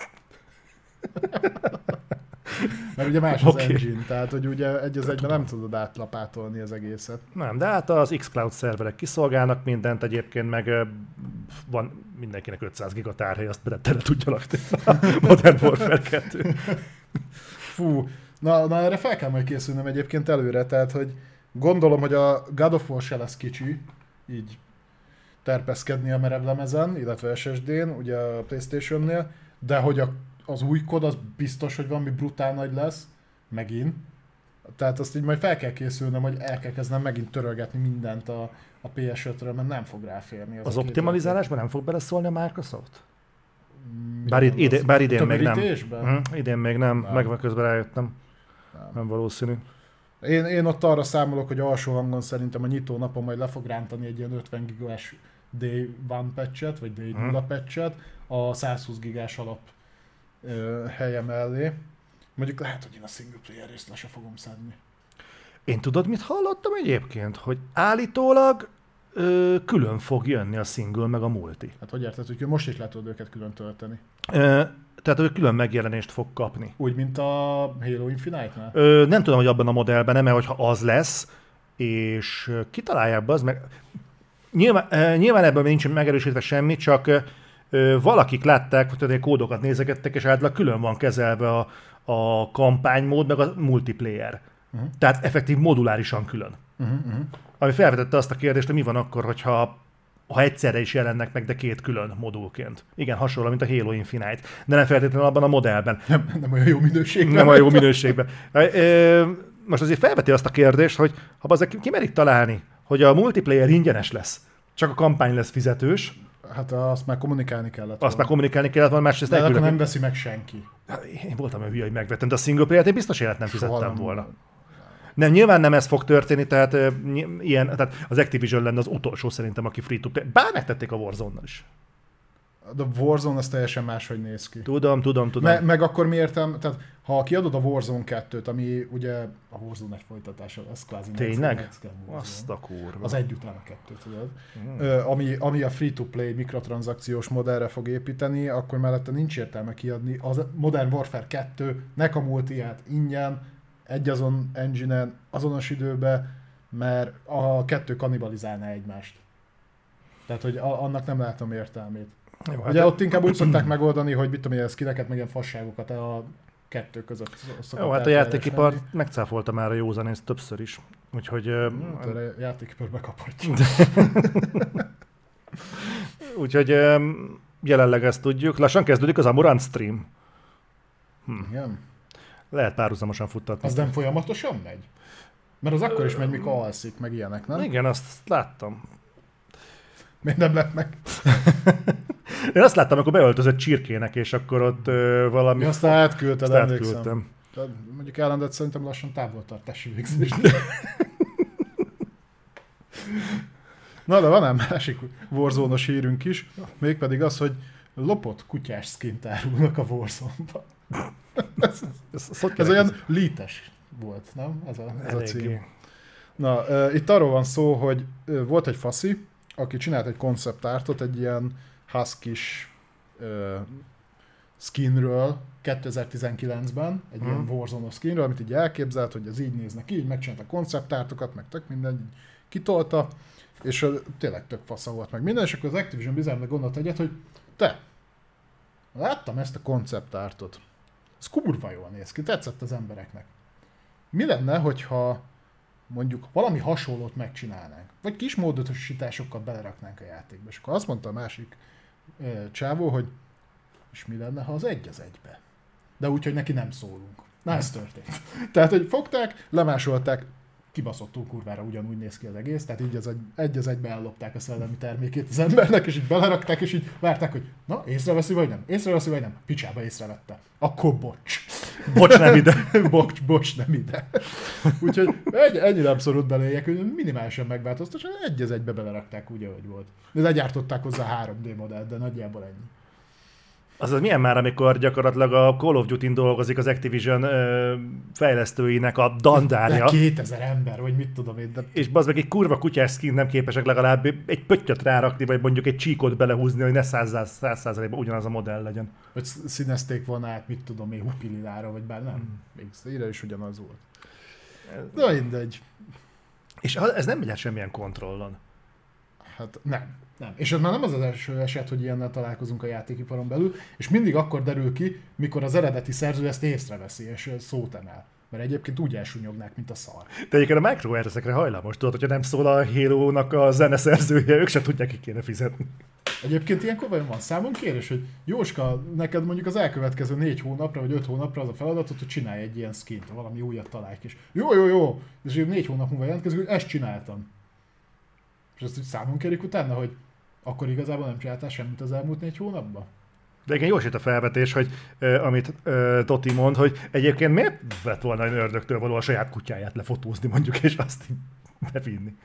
Mert ugye más az okay. engine, tehát hogy ugye egy az egyben nem tudod átlapátolni az egészet. Nem, de hát az xCloud szerverek kiszolgálnak mindent, egyébként meg van mindenkinek ötszáz giga tárhely, azt tele, tele tudja lakni. Modern Warfare kettő. Fú, na, na erre fel kell majd készülnöm egyébként előre, tehát hogy gondolom, hogy a God of War se lesz kicsi, így terpeszkedni a merevlemezen, illetve es es dén, ugye a PlayStation-nél, de hogy a az új kod, az biztos, hogy valami brutál nagy lesz, megint. Tehát azt így majd fel kell készülnöm, hogy el kell kezdenem megint törölgetni mindent a, a pé es ötről, mert nem fog ráférni. Az, az optimalizálásban nem fog beleszólni a Microsoft? Bár, id- ide, bár idén még nem. Hm, idén még nem, nem. Meg közben rájöttem. Nem, nem valószínű. Én, én ott arra számolok, hogy alsó hangon szerintem a nyitó napon majd le fog rántani egy ilyen ötven gigás day egy patchet, vagy day nulla hm. patchet a százhúsz gigás alap helye mellé. Mondjuk lehet, hogy én a single player részt le se fogom szedni. Én tudod, mit hallottam egyébként? Hogy állítólag ö, külön fog jönni a single meg a multi. Hát hogy érted, hogy most is le tudod őket külön tölteni? Ö, tehát ő külön megjelenést fog kapni. Úgy, mint a Halo Infinite-nál? Ö, nem tudom, hogy abban a modellben nem, mert hogyha az lesz, és kitalálják be az meg... Nyilván, ö, nyilván ebben nincs megerősítve semmi, csak Ö, valakik látták, hogy kódokat nézegettek, és általában külön van kezelve a, a kampánymód, meg a multiplayer. Uh-huh. Tehát effektív modulárisan külön. Uh-huh, uh-huh. Ami felvetette azt a kérdést, hogy mi van akkor, hogyha ha egyszerre is jelennek meg, de két külön modulként. Igen, hasonló, mint a Halo Infinite. De nem feltétlenül abban a modellben. Nem, nem olyan jó minőségben. Nem olyan jó minőségben. Ö, most azért felveti azt a kérdést, hogy ha azért kimerik találni, hogy a multiplayer ingyenes lesz, csak a kampány lesz fizetős. Hát azt már kommunikálni kellett Azt volna. már kommunikálni kellett volna, másrészt de elküldök. akkor nem veszi meg senki. Én voltam olyan hülye, hogy megvettem, de a single player-t én biztos élet nem Soha fizettem nem. volna. Nem, nyilván nem ez fog történni, tehát, uh, ilyen, tehát az Activision lenne az utolsó szerintem, aki free-to-play. Bár megtették a Warzone-nal is. De a Warzone az teljesen máshogy néz ki. Tudom, tudom, tudom. Me- meg akkor mi értem, tehát ha kiadod a Warzone kettőt, ami ugye a Warzone egy folytatása, ez kvázi Tényleg? Next Gen Warzone. Azt a kurva. Az egy után a kettő, tudod. Mm. Ö, ami, ami a free-to-play mikrotranszakciós modellre fog építeni, akkor mellette nincs értelme kiadni. Az Modern Warfare kettőnek a multiját ingyen, egy azon engine-en, azonos időben, mert a kettő kannibalizálná egymást. Tehát, hogy a, annak nem látom értelmét. Jó, Ugye ott inkább úgy szokták megoldani, hogy mit tudom én, skineket, meg ilyen fasságokat a kettő között szokott. Jó, hát a játékipar megcáfolta már a józanész többször is. Úgyhogy... Hát a játékipar bekaphatja. Úgyhogy jelenleg ezt tudjuk. Lassan kezdődik az Amurant stream. Hm. Igen. Lehet párhuzamosan futtatni. Az nem folyamatosan megy? Mert az akkor is megy, mikor alszik, meg ilyenek, nem? Igen, azt láttam. Miért nem lett meg? Én azt láttam, amikor beöltözött csirkének, és akkor ott ö, valami... Mi aztán átküldted, azt emlékszem. átküldtem. Tehát mondjuk ellendet szerintem lassan távoltartási végzés. Na, de van ám másik Warzone-os hírünk is, mégpedig az, hogy lopott kutyás skint árulnak a Warzone-ba. ez, Ez, ez, ez olyan lítes volt, nem? Ez a, ez a Eléggé. cím. Na, uh, itt arról van szó, hogy uh, volt egy faszi, aki csinált egy konceptártot, egy ilyen huskis uh, skinről kétezer-tizenkilencben, egy hmm. ilyen Warzone-os skinről, amit így elképzelt, hogy ez így néznek ki, így megcsinálta a konceptártokat, meg tök minden, így kitolta, és uh, tényleg tök fasza volt meg minden, és akkor az Activision bizonyos gondolt egyet, hogy te, láttam ezt a konceptártot, ez kurva jól néz ki, tetszett az embereknek. Mi lenne, hogyha mondjuk valami hasonlót megcsinálnánk, vagy kis módosításokkal beleraknánk a játékba, és akkor azt mondta a másik e, csávó, hogy és mi lenne, ha az egy az egybe. De úgy, hogy neki nem szólunk. Na, ez történt. Tehát, hogy fogták, lemásolták, kibaszottul kurvára ugyanúgy néz ki az egész, tehát így az egy, egy az egybe ellopták a szellemi termékét az embernek, és így belerakták, és így várták, hogy na, észreveszi vagy nem? Észreveszi vagy nem? Picsába észrevette. Akkor bocs. Bocs, nem ide. bocs, bocs, nem ide. Úgyhogy egy, ennyi nem szorult beléjek, hogy minimálisan megváltoztat, és egy az egybe belerakták úgy, ahogy volt. De legyártották hozzá három dé modellt, de nagyjából ennyi. Azaz milyen már, amikor gyakorlatilag a Call of Duty-n dolgozik az Activision ö, fejlesztőinek a dandárja. kétezer ember, vagy mit tudom én. De... És bazd meg egy kurva kutyás skin nem képesek legalább egy pöttyöt rárakni, vagy mondjuk egy csíkot belehúzni, hogy ne száz százalékban ugyanaz a modell legyen. Vagy színezték volna át, mit tudom én, hupililára, vagy bár nem. Hmm. Még szíre is ugyanaz volt. De mindegy. És ez nem megy át semmilyen kontrollon. Hát nem. Nem. És ez már nem az az első eset, hogy ilyennel találkozunk a játékiparon belül, és mindig akkor derül ki, mikor az eredeti szerző ezt észreveszi, és szót emel. Mert egyébként úgy elsúnyognák, mint a szar. De egyébként a Microsoft ezekre hajlamos, tudod, hogyha nem szól a Halo-nak a zeneszerzője, ők se tudják, ki kéne fizetni. Egyébként ilyenkor vajon van számon kérés, hogy Jóska, neked mondjuk az elkövetkező négy hónapra, vagy öt hónapra az a feladatot, hogy csinálj egy ilyen skint, valami újat találj is. Jó, jó, jó, és négy hónap múlva jelentkezik, hogy ezt csináltam. És azt úgy számon kérik utána, hogy akkor igazából nem csináltál semmit az elmúlt négy hónapban? De igen, jó a felvetés, hogy uh, amit uh, Toti mond, hogy egyébként miért vett volna egy ördögtől való a saját kutyáját lefotózni mondjuk, és azt így bevinni.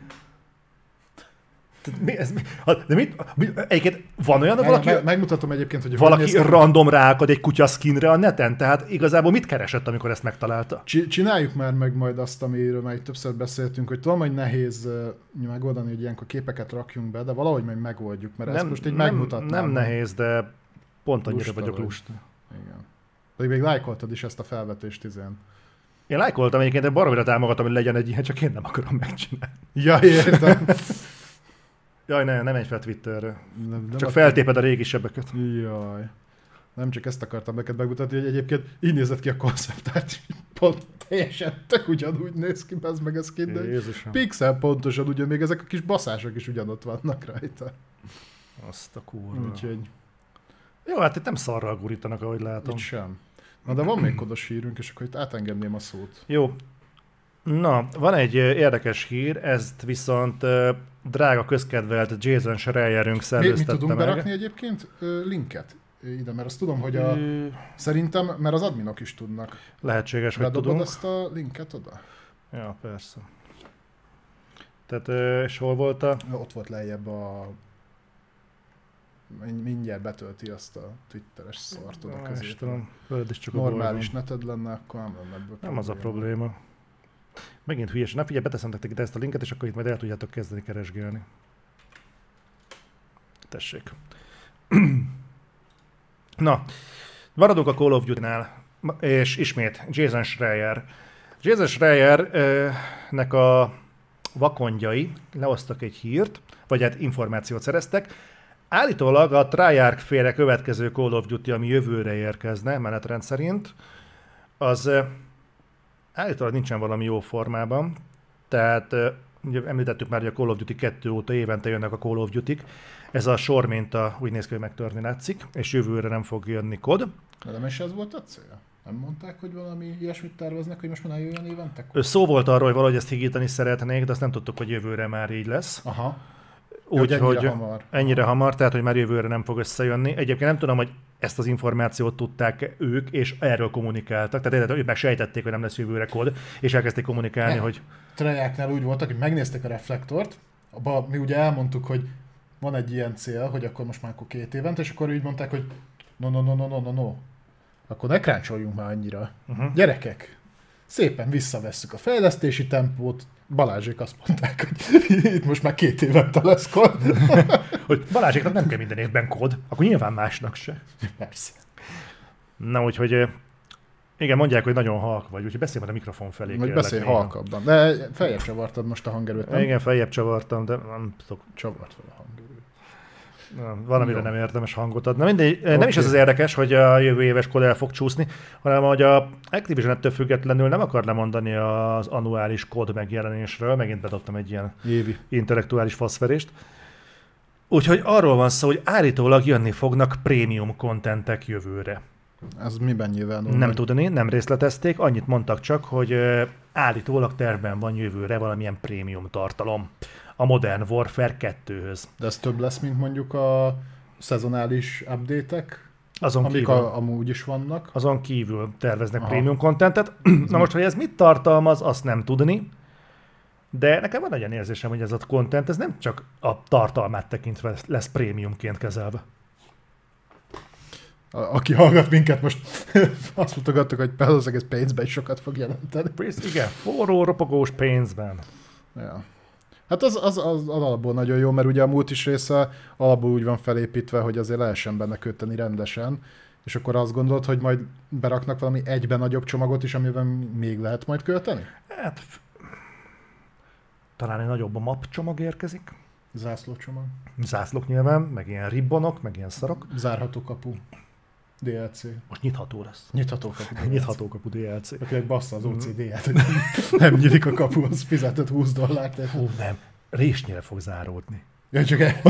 Mi, ez, mi, de mit, mit, egyébként van olyan, hogy valaki, meg, megmutatom egyébként, hogy valaki random ráakad egy kutya skinre a neten, tehát igazából mit keresett, amikor ezt megtalálta? Csináljuk már meg majd azt, amiről már többször beszéltünk, hogy tudom, hogy nehéz uh, megoldani, hogy ilyenkor képeket rakjunk be, de valahogy meg megoldjuk, mert nem, ezt most így nem, megmutatnám. Nem nehéz, de pont annyira lusta vagyok vagy. lusta. Igen. Pedig még lájkoltad is ezt a felvetést izén. Én lájkoltam egyébként, de baromira támogatom, hogy legyen egy ilyen, csak én nem akarom megcsinálni. Ja, értem. Jaj, ne, nem menj fel Twitterre. Nem, nem csak akar... feltéped a régi sebeket. Jaj. Nem csak ezt akartam neked megmutatni, hogy egyébként így nézett ki a konceptárt, pont teljesen tök ugyanúgy néz ki, ez meg ez kint, de pixel pontosan ugyan, még ezek a kis baszások is ugyanott vannak rajta. Azt a kurva. Úgyhogy... Jó, hát itt nem szarral gurítanak, ahogy látom. Itt sem. Na de van még kodos hírünk, és akkor itt átengedném a szót. Jó. Na, van egy érdekes hír, ezt viszont drága közkedvelt Jason Schreierünk szellőztette Mi, mi tudunk meg. berakni egyébként linket ide, mert azt tudom, hogy a... Ö... Szerintem, mert az adminok is tudnak. Lehetséges, hogy Bedobod tudunk. ezt a linket oda? Ja, persze. Tehát, és hol volt a... Ott volt lejjebb a... Mindjárt betölti azt a twitteres szart oda középen. Normális neted lenne, akkor nem lenne ebből. Nem az a probléma. Megint hülyes. Na figyelj, beteszem nektek ide ezt a linket, és akkor itt majd el tudjátok kezdeni keresgélni. Tessék. Na, maradunk a Call of Duty-nál, és ismét Jason Schreier. Jason Schreiernek a vakondjai lehoztak egy hírt, vagy hát információt szereztek. Állítólag a Treyarch féle következő Call of Duty, ami jövőre érkezne, menetrend szerint, az állítólag nincsen valami jó formában. Tehát ugye említettük már, hogy a Call of Duty kettő óta évente jönnek a Call of Duty-k. Ez a sor minta úgy néz ki, hogy megtörni látszik, és jövőre nem fog jönni kod. De nem is ez volt a cél? Nem mondták, hogy valami ilyesmit terveznek, hogy most már jöjjön évente? Szó volt arról, hogy valahogy ezt higítani szeretnék, de azt nem tudtuk, hogy jövőre már így lesz. Aha. Úgy, ennyire hogy hamar. ennyire hamar, tehát hogy már jövőre nem fog összejönni. Egyébként nem tudom, hogy ezt az információt tudták ők, és erről kommunikáltak. Tehát ők meg sejtették, hogy nem lesz jövőre kod, és elkezdték kommunikálni, ne. hogy... Treyarchnál úgy voltak, hogy megnéztek a reflektort, abba mi ugye elmondtuk, hogy van egy ilyen cél, hogy akkor most már akkor két évente, és akkor úgy mondták, hogy no, no, no, no, no, no, no. Akkor ne kráncsoljunk már annyira. Uh-huh. Gyerekek, szépen visszavesszük a fejlesztési tempót. Balázsék azt mondták, hogy itt most már két évente lesz kod. Hogy Balázséknak nem kell minden évben kod, akkor nyilván másnak se. Persze. Na, úgyhogy igen, mondják, hogy nagyon halk vagy, úgyhogy beszélj majd a mikrofon felé. Vagy beszélj halkabban. De feljebb csavartad most a hangerőt, nem? Igen, feljebb csavartam, de nem tudok. Csavart fel a hangerőt. Na, valamire jó. Nem érdemes hangot adni. Mindegy, okay. Nem is ez az érdekes, hogy a jövő éves kod el fog csúszni, hanem hogy a Activision ettől függetlenül nem akar lemondani az annuális kod megjelenésről. Megint bedobtam egy ilyen évi intellektuális faszverést. Úgyhogy arról van szó, hogy állítólag jönni fognak prémium kontentek jövőre. Ez miben nyilvánul? Nem tudni, nem részletezték, annyit mondtak csak, hogy állítólag tervben van jövőre valamilyen prémium tartalom a Modern Warfare kettőhöz. De ez több lesz, mint mondjuk a szezonális update-ek, azon amik kívül, a, amúgy is vannak. Azon kívül terveznek Aha. prémium kontentet. Na most, hogy ez mit tartalmaz, azt nem tudni, de nekem van egy ilyen érzésem, hogy ez a content, ez nem csak a tartalmát tekintve lesz prémiumként kezelve. A, aki hallgat minket, most azt mutogattuk, hogy valószínűleg ez pénzben is sokat fog jelenteni. Igen, forró, ropogós pénzben. Ja. Hát az, az, az, az alapból nagyon jó, mert ugye a multis része alapból úgy van felépítve, hogy azért lehessen benne köteni rendesen, és akkor azt gondolod, hogy majd beraknak valami egyben nagyobb csomagot is, amiben még lehet majd költeni? Hát talán egy nagyobb a map csomag érkezik. Zászlócsomag. Zászlók nyilván, meg ilyen ribbonok, meg ilyen szarok. Zárható kapu. dé el cé. Most nyitható lesz. Nyitható kapu. dé el cé. Nyitható kapu dé el cé. Akinek bassza az o cé dé-et, hogy nem nyílik a kapu, az fizetett húsz dollárt. Hú, nem. Résnyire fog záródni. Ja, csak el...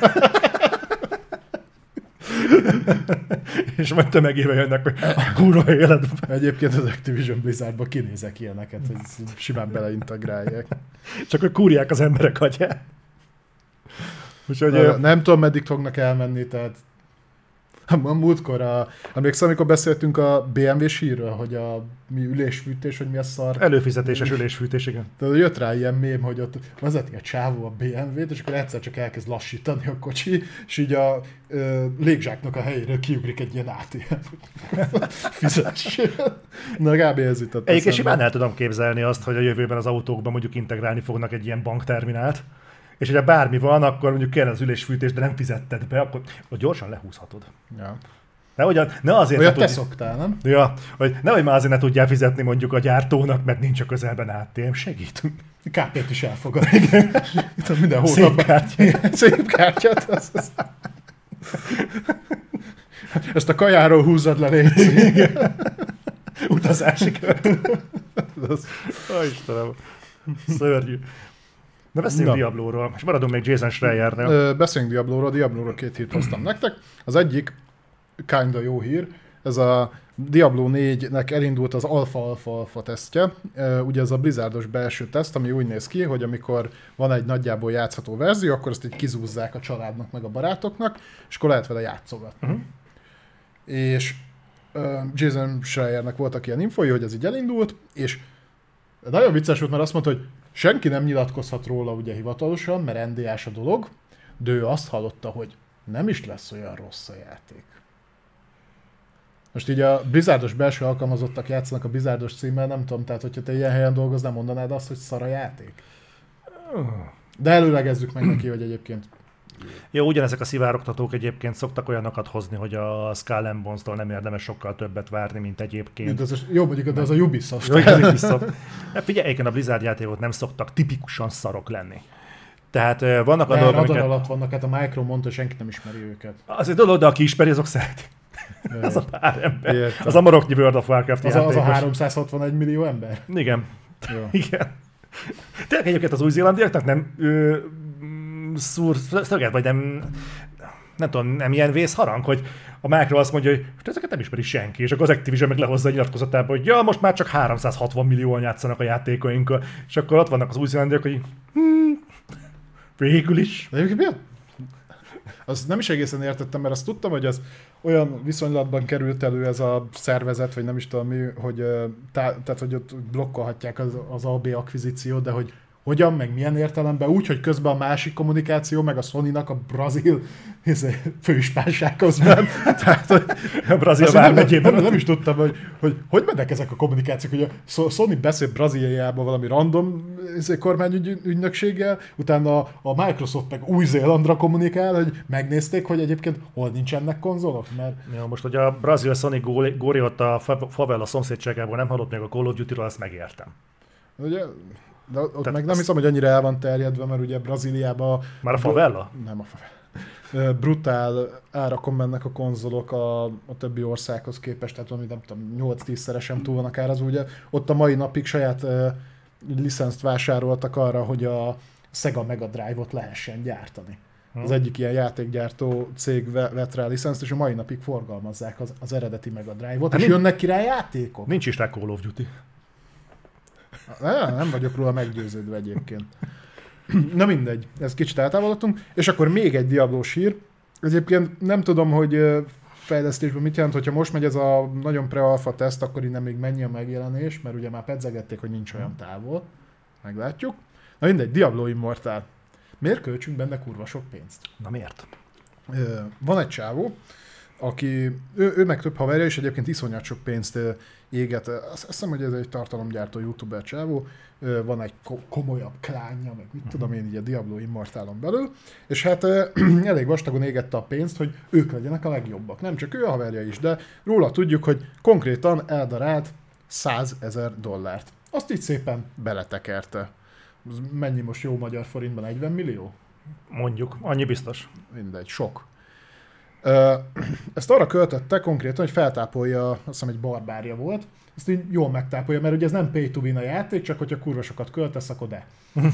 És majd tömegével jönnek, hogy a kurva életben. Egyébként az Activision Blizzardban kinézek ilyeneket, hogy simán beleintegrálják. Csak hogy kúrják az emberek agyát. Úgyhogy, Na, nem tudom, meddig fognak elmenni, tehát a múltkor, a, emlékszem, amikor beszéltünk a bé em vé-s hírről, hogy a mi ülésfűtés, hogy mi a szar. Előfizetéses ülésfűtés, igen. Tehát jött rá ilyen mém, hogy ott vezeti a csávó a bé em vét, és akkor egyszer csak elkezd lassítani a kocsi, és így a ö, légzsáknak a helyéről kiugrik egy ilyen á té em. Fizessél. Na, kb. Ez jutott. Egyébként simán el tudom képzelni azt, hogy a jövőben az autókban mondjuk integrálni fognak egy ilyen bankterminált, és hogyha bármi van, akkor mondjuk kell az ülésfűtés, de nem fizetted be, akkor, akkor gyorsan lehúzhatod. Ja. Ne, ugyan, ne azért Olyat ne te tudj... szoktál, nem? Ja, hogy nehogy már azért ne tudjál fizetni mondjuk a gyártónak, mert nincs a közelben á té em, segítünk. ká pét is elfogad. Minden hónapban. Szép kártyát. Szép kártyát. Az, az. Ezt a kajáról húzzad le, légy. Utazási kört. Ó, Istenem. Szörnyű. Na beszéljünk Diablóról, és maradunk még Jason Schreiernél. Beszéljünk Diablóról, Diablóról két hírt hoztam nektek. Az egyik, kinda jó hír, ez a Diablo négynek elindult az alfa-alfa-alfa tesztje. Ugye ez a Blizzardos belső teszt, ami úgy néz ki, hogy amikor van egy nagyjából játszható verzió, akkor azt így kizúzzák a családnak meg a barátoknak, és akkor lehet vele játszogatni. Uh-huh. És uh, Jason Schreiernek voltak ilyen infói, hogy ez így elindult, és nagyon vicces volt, mert azt mondta, hogy senki nem nyilatkozhat róla ugye hivatalosan, mert en dé ás a dolog, de ő azt hallotta, hogy nem is lesz olyan rossz a játék. Most így a Blizzardos belső alkalmazottak játszanak a Blizzardos címmel, nem tudom, tehát hogyha te ilyen helyen dolgoznál, mondanád azt, hogy szar a játék? De előlegezzük meg neki, hogy egyébként... Jó, ugyanezek a szivárogtatók egyébként szoktak olyanokat hozni, hogy a Skull and Bones-tól nem érdemes sokkal többet várni, mint egyébként. Ez a, jó, mondjuk, de az a Ubisoft. Jó, a Ubisoft. Figyelj, egyébként a Blizzard játékok nem szoktak tipikusan szarok lenni. Tehát vannak a dolgok, amiket... alatt vannak, hát a Micro mondta, senki nem ismeri őket. Az egy dolog, de aki ismeri, azok szeretik. Az a pár ember. Értem. Az a maroknyi World of Warcraft az játékos. Az a háromszázhatvanegy millió ember? Igen. Jó. Igen. Tényleg egyébként az új-zélandiaknak nem ö, szúr szöget, vagy nem, nem tudom, nem ilyen vészharang, hogy a Micro azt mondja, hogy ezeket nem ismeri senki, és akkor az Activision meg lehozza a nyilatkozatában, hogy ja, most már csak háromszázhatvan millióan játszanak a játékainkkal, és akkor ott vannak az új-zélandiak, hogy hmm, végül is. De egyébként miért? Azt nem is egészen értettem, mert azt tudtam, hogy az olyan viszonylatban került elő ez a szervezet, vagy nem is tudom mi, hogy, tá- tehát, hogy ott blokkolhatják az, az á bé akvizíciót, de hogy hogyan, meg milyen értelemben, úgy, hogy közben a másik kommunikáció, meg a Sony-nak a brazil főispánsághoz ment. Tehát, hogy a brazil vármegyében. Nem, nem is tudtam, hogy, hogy hogy mennek ezek a kommunikációk, hogy a Sony beszél Brazíliában valami random kormányügynökséggel, utána a Microsoft meg Új-Zélandra kommunikál, hogy megnézték, hogy egyébként hol nincsenek konzolok, mert... Ja, most, hogy a brazil Sony góri ott a favela szomszédságában nem hallott még a Call of Duty-ról, azt megértem. Ugye... De ott Tehát meg nem hiszem, hogy annyira el van terjedve, mert ugye Brazíliában... Már a favela? Nem a favela. Brutál árakon mennek a konzolok a, a többi országhoz képest, tehát valami nem tudom, nyolc-tízszeresen túl vannak árazva. Ugye ott a mai napig saját uh, licenszt vásároltak arra, hogy a Sega Mega Drive-ot lehessen gyártani. Hmm. Az egyik ilyen játékgyártó cég vett rá a licenszt, és a mai napig forgalmazzák az, az eredeti Mega Drive-ot, hát és nincs, jönnek ki rá játékok. Nincs is rá Call of Duty. Nem, nem vagyok róla meggyőződve egyébként. Na mindegy, ez kicsit eltávolodtunk. És akkor még egy Diablós hír. Egyébként nem tudom, hogy fejlesztésben mit jelent, hogyha most megy ez a nagyon pre-alpha teszt, akkor innen még mennyi a megjelenés, mert ugye már pedzegették, hogy nincs olyan távol. Meglátjuk. Na mindegy, Diablo Immortal. Miért költsünk benne kurva sok pénzt? Na miért? Van egy csávó, aki, ő, ő meg több haverja, és egyébként iszonyat sok pénzt éget. Azt hiszem, hogy ez egy tartalomgyártó youtuber csávó, van egy komolyabb klánja, meg mit tudom én így a Diablo Immortalon belül, és hát elég vastagon égette a pénzt, hogy ők legyenek a legjobbak. Nem csak ő, a haverja is, de róla tudjuk, hogy konkrétan eldarált százezer dollárt. Azt így szépen beletekerte. Mennyi most jó magyar forintban? negyven millió? Mondjuk, annyi biztos. Mindegy, sok. Ezt arra költötte konkrétan, hogy feltápolja, azt hiszem egy barbárja volt, ezt így jól megtápolja, mert ugye ez nem pay to win a játék, csak hogyha kurva sokat költesz, akkor de.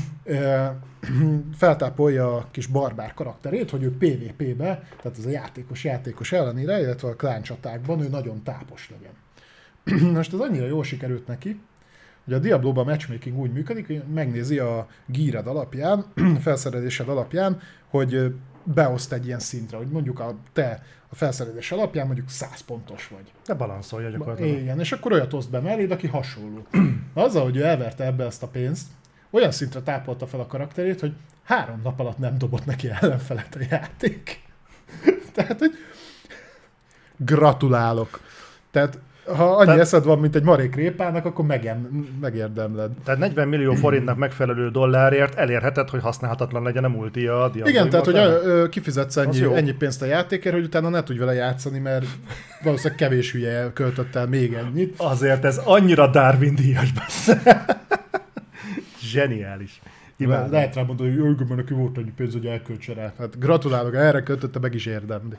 Feltápolja a kis barbár karakterét, hogy ő pé vé pé-be, tehát ez a játékos játékos ellenére, illetve a kláncsatákban ő nagyon tápos legyen. Most ez annyira jól sikerült neki, hogy a Diablo-ban a matchmaking úgy működik, hogy megnézi a gíred alapján, felszerelésed alapján, hogy beoszt egy ilyen szintre, hogy mondjuk a te a felszerelés alapján mondjuk száz pontos vagy. De balanszolja gyakorlatilag. Igen, és akkor olyat oszt be melléd, aki hasonló. Azzal, hogy ő elverte ebbe ezt a pénzt, olyan szintre tápolta fel a karakterét, hogy három nap alatt nem dobott neki ellenfelet a játék. Tehát, hogy gratulálok. Tehát ha annyi Tehát... eszed van, mint egy marék répának, akkor megem, megérdemled. Tehát negyven millió forintnak megfelelő dollárért elérheted, hogy használhatatlan legyen a multi a Diablo. Igen, tehát hogy a, kifizetsz ennyi, ennyi pénzt a játékért, hogy utána ne tudj vele játszani, mert valószínűleg kevés hülye költött el még ennyit. Azért ez annyira Darwin díjas beszél. Zseniális. Le, lehet rá mondani, hogy ők, mert neki volt annyi pénz, hogy elköltse rá. Hát gratulálok, erre költötte, meg is érdemli.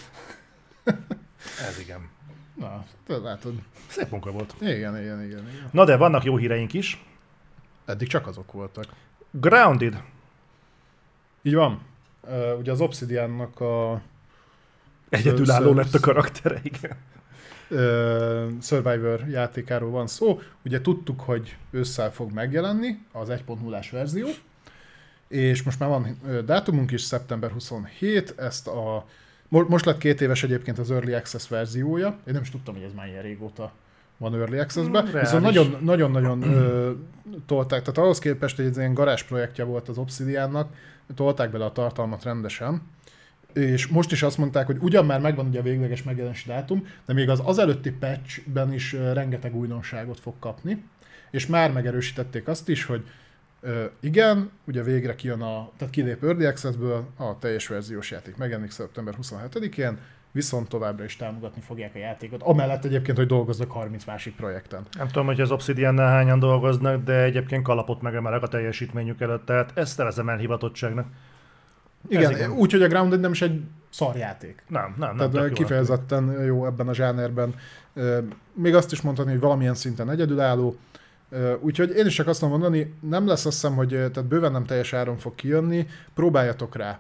Ez igen. Na, látod. Szép munka volt. Igen, igen, igen, igen. Na de vannak jó híreink is. Eddig csak azok voltak. Grounded. Így van. Uh, ugye az Obsidiannak a... Egyedülálló lett a karaktere, igen. uh, Survivor játékáról van szó. Ugye tudtuk, hogy ősszel fog megjelenni az egy pont nullás verzió, és most már van dátumunk is, szeptember huszonhét, ezt a most lett két éves egyébként az Early Access verziója. Én nem is tudtam, hogy ez már ilyen régóta van Early Access-ben. Mm, viszont nagyon, nagyon-nagyon ö, tolták, tehát ahhoz képest, hogy ez ilyen garázs projektje volt az Obsidiannak, tolták bele a tartalmat rendesen. És most is azt mondták, hogy ugyan már megvan ugye a végleges megjelenési dátum, de még az az előtti patchben is rengeteg újdonságot fog kapni. És már megerősítették azt is, hogy Uh, igen, ugye végre kijön a, tehát kilép Early Access-ből, a teljes verziós játék megjelenik szeptember huszonhetedikén, viszont továbbra is támogatni fogják a játékot. Amellett egyébként, hogy dolgoznak harminc másik projekten. Nem tudom, hogy az Obsidiannál hányan dolgoznak, de egyébként kalapot megemelek a teljesítményük előtt, tehát ezt nevezem elhivatottságnak. Igen, igen. Úgyhogy a Grounded nem is egy szarjáték. Nem, nem, nem. Tehát kifejezetten jó ebben a zsánerben. Még azt is mondani, hogy valamilyen szinten egyedülálló. Úgyhogy én is csak azt tudom mondani, nem lesz, azt hiszem, hogy tehát bőven nem teljes áron fog kijönni, próbáljatok rá.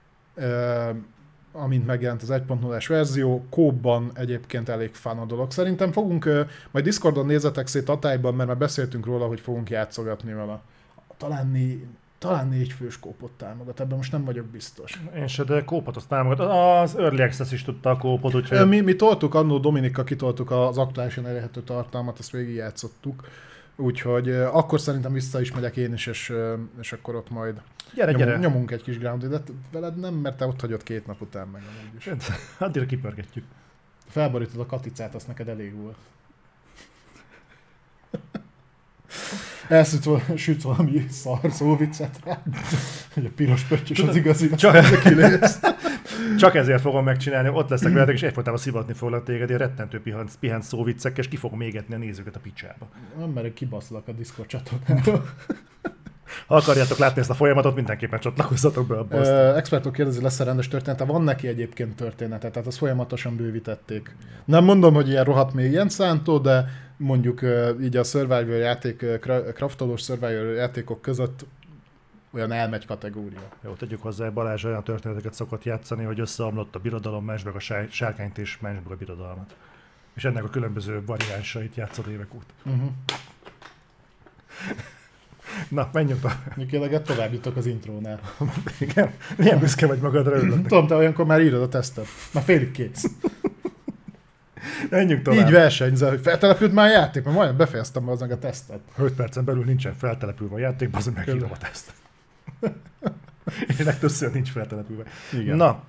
Amint megjelent az egy pont nullás verzió, kóban egyébként elég fun a dolog. Szerintem fogunk, majd Discordon nézzetek szét a tájban, mert már beszéltünk róla, hogy fogunk játszogatni vele. Talán, né, talán négy fős kópot támogat, ebben most nem vagyok biztos. Én se, de kópot azt támogat. Az Early Access is tudta a kópot, úgyhogy... Mi, mi toltuk, annó Dominikkal kitoltuk az aktuálisan elérhető tartalmat, azt végig játszottuk. Úgyhogy uh, akkor szerintem vissza is megyek én is, és, uh, és akkor ott majd gyere, nyomunk, gyere. nyomunk egy kis Grounded-et. Veled nem, mert te ott hagyod két nap után meg amúgy is. Addigra kipörgetjük. Felborítod a katicát, azt neked elég volt. Elsütsz valami szar szóviccet rá, hogy a piros pöttyös az igazi, csak, csak ezért fogom megcsinálni, ott leszek veletek, és egyfolytában szivatni foglak téged, ilyen rettentő pihent, pihent szóviccekkel, és ki fogom égetni a nézőket a picsába. Nem, mert kibaszlak a Discord csatornáról. Ha akarjátok látni ezt a folyamatot, mindenképpen csatlakozzatok be abba. Uh, Expertok kérdezi, lesz-e rendes története? Van neki egyébként története, tehát azt folyamatosan bővítették. Nem mondom, hogy ilyen rohadt mélyen szántó, de mondjuk uh, így a Survivor játék, uh, craftolós Survivor játékok között olyan elmegy kategória. Jó, tegyük hozzá, hogy Balázs olyan történeteket szokott játszani, hogy összeomlott a birodalom, másd meg a sárkányt és másd meg a birodalmat. És ennek a különböző variánsait játszod évek út. Uh-huh. Na, menjünk tovább. Nyugileg tovább jutok az intrónál. Igen? Milyen büszke vagy magadra, örülök. Tudom, te olyankor már írod a tesztet. Már félig kész. Menjünk tovább. Így versenyzel, hogy feltelepült már a játék, mert majdnem befejeztem az meg a tesztet. öt percen belül nincsen feltelepülve a játék, azon megírom a tesztet. És legtöbbször nincs feltelepülve. Igen. Na,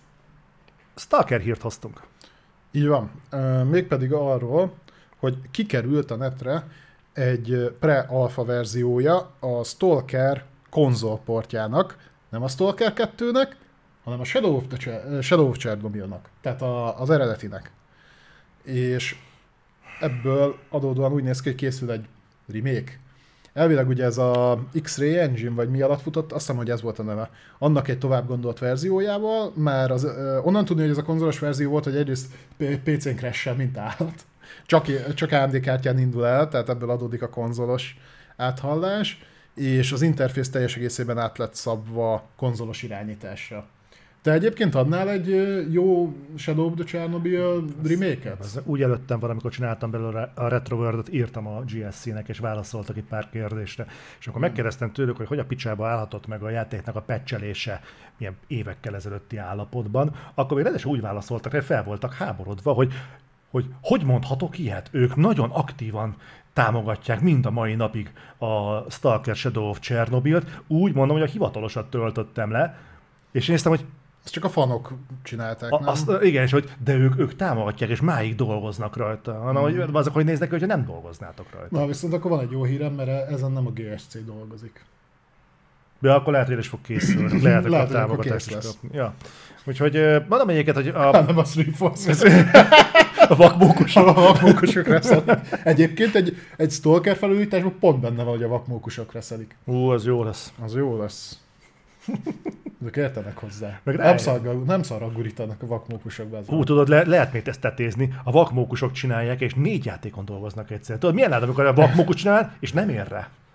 Stalker hírt hoztunk. Így van. Mégpedig arról, hogy kikerült a netre egy pre-alpha verziója a Stalker konzolportjának, nem a Stalker kettőnek, hanem a Shadow of, the, Shadow of Chernobylnak, tehát a, az eredetinek. És ebből adódóan úgy néz ki, hogy készül egy remake. Elvileg ugye ez a X-Ray Engine, vagy mi alatt futott, azt hiszem, hogy ez volt a neve. Annak egy tovább gondolt verziójával, már az, onnan tudni, hogy ez a konzolos verzió volt, hogy egyrészt pé cén crash-sel, mint állat. Csak, csak á em dé kártyán indul el, tehát ebből adódik a konzolos áthallás, és az interfész teljes egészében át lett szabva konzolos irányításra. Te egyébként adnál egy jó Shadow of the Chernobyl remake-et? Úgy előttem van, amikor csináltam belőle a Retroworld-ot, írtam a gé es cé-nek, és válaszoltak egy pár kérdésre. És akkor megkérdeztem tőlük, hogy hogy a picsába állhatott meg a játéknak a patchelése milyen évekkel ezelőtti állapotban, akkor még rendesen úgy válaszoltak, hogy fel voltak háborodva, hogy hogy hogy mondhatok ilyet? Ők nagyon aktívan támogatják mind a mai napig a Stalker Shadow of Chernobyl-t. Úgy mondom, hogy a hivatalosat töltöttem le, és én néztem, hogy ezt csak a fanok csinálták, a, nem? Azt, igen, és hogy de ők, ők támogatják, és máig dolgoznak rajta. Hanem, hmm. hogy azok, hogy néznek, hogy nem dolgoznátok rajta. Na, viszont akkor van egy jó hírem, mert ezen nem a gé es cé dolgozik. De akkor lehet, hogy is fog készülni. Lehet, hogy a támogatást is kapni. Ja. Úgyhogy mondom egyiket, hogy a... Hát nem a Streamforce. A vakmókusok. A vakmókusok reszelik. Egyébként egy, egy Stalker felújításban pont benne van, hogy a vakmókusok reszelik. Ú, az jó lesz. Az jó lesz. Ezek értenek hozzá. Meg nem, szarra, nem szarra gurítanak a vakmókusokba. Hú, tudod, le, lehet még ezt tetézni. A vakmókusok csinálják, és négy játékon dolgoznak egyszer. Tudod, milyen lát, amikor a vakmókus csinál, és nem ér rá.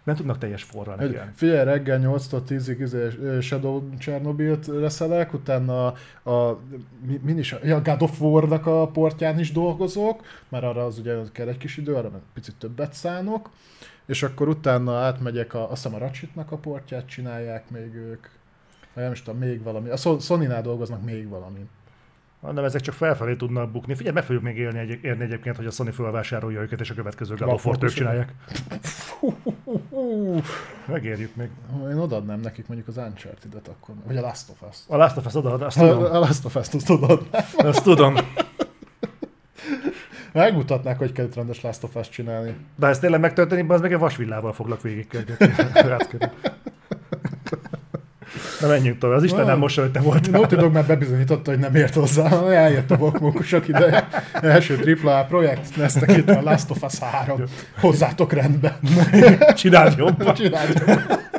Nem tudnak teljes forral nekiállni. Figyelj, reggel nyolctól tízig Shadow Chernobyl-t reszelek, utána a, a, min is, a God of War-nak a portján is dolgozok, mert arra az ugye kell egy kis idő, arra picit többet szánok, és akkor utána átmegyek, a, azt hiszem a Ratchetnak a portját csinálják még ők, nem is tudom, még valami. A Sony-nál dolgoznak még valami. Mondom, ezek csak felfelé tudnak bukni. Figyelj, meg fogjuk még élni egy, érni egyébként, hogy a Sony felvásárolja őket, és a következő God of War-t ők csinálják. Megérjük még. Én odaadnám nekik mondjuk az Uncharted-et akkor, vagy a Last of Us-t. A Last of Us odaad, azt tudom. A Last of Us-t azt odaadnám. Azt tudom. Megmutatnák, hogy kell itt rendes Last of Us csinálni. De ez tényleg megtörténik, az meg egy vasvillával foglak végig. Na menjünk tovább, az Isten nem mosoly, hogy te voltál. Naughty Dog már bebizonyította, hogy nem ért hozzá, eljött a vakmunkusok ideje. Első tripla A projekt, neztek itt a Last of Us három. Hozzátok rendbe. Csináld jobban. Csináld jobban.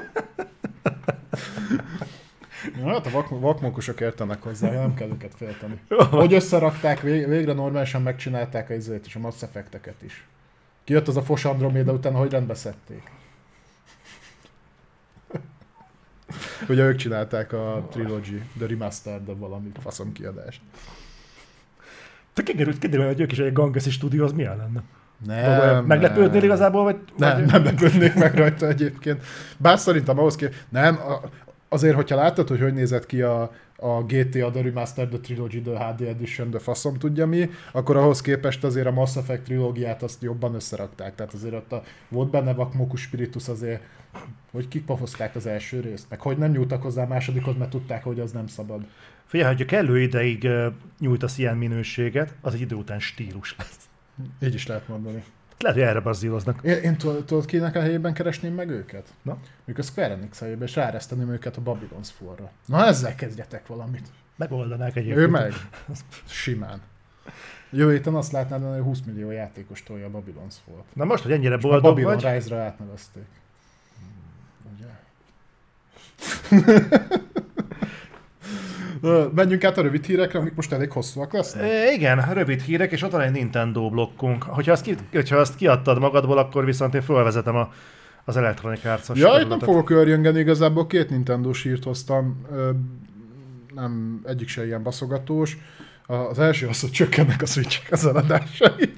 Na, hát a vak, vakmunkusok értenek hozzá, nem kell őket félteni. Hogy összerakták, végre normálisan megcsinálták a izét és a Mass Effect-eket is. Kijött az a fos Andromeda utána, hogy rendbe szedték. Ugye ők csinálták a Trilogy, The Remastered, de valami faszom kiadást. Te kiderült, kiderült, hogy ők is egy Gangeszi stúdió, az milyen lenne? Nem, meglepődnél nem. igazából, vagy? Nem, vagy... nem lepődnék meg rajta egyébként. Bár szerintem ahhoz képest, nem, azért, hogyha láttad, hogy hogy nézett ki a, a gé té á, The Remastered, The Trilogy, The há dé Edition, de faszom tudja mi, akkor ahhoz képest azért a Mass Effect trilógiát azt jobban összerakták. Tehát azért ott a, volt benne Vakmoku Spiritus azért, hogy kipafozták az első részt, meg hogy nem nyúltak hozzá a másodikhoz, mert tudták, hogy az nem szabad. Figyelj, hogyha kellő ideig uh, nyújtasz ilyen minőséget, az egy idő után stílus lesz. Így is lehet mondani. Lehet, hogy erre bazzíroznak. Én, én tudod, kinek a helyében keresném meg őket? Na? Mikor a Square Enix helyében, és ráereszteném őket a Babylon's Fall-ra. Na ezzel kezdjetek valamit. Megoldanák egyébként. Ő meg. Simán. Jövő héten azt látnád, hogy húsz millió játékos tolja a Babylon's Fall-t. Na most, hogy ennyire És a boldog Babylon vagy... Rise-ra átnevezték. Ugye? Menjünk át a rövid hírekre, amik most elég hosszúak lesznek. E, igen, rövid hírek, és ott van egy Nintendo blokkunk. Hogyha azt, ki, hogyha azt kiadtad magadból, akkor viszont én felvezetem a, az Electronic Arts-os Ja, itt nem fogok örjöngeni, igazából két Nintendo-s hírt hoztam, nem, egyik se ilyen baszogatós. Az első az, hogy csökkennek a Switch-ek az eladásai.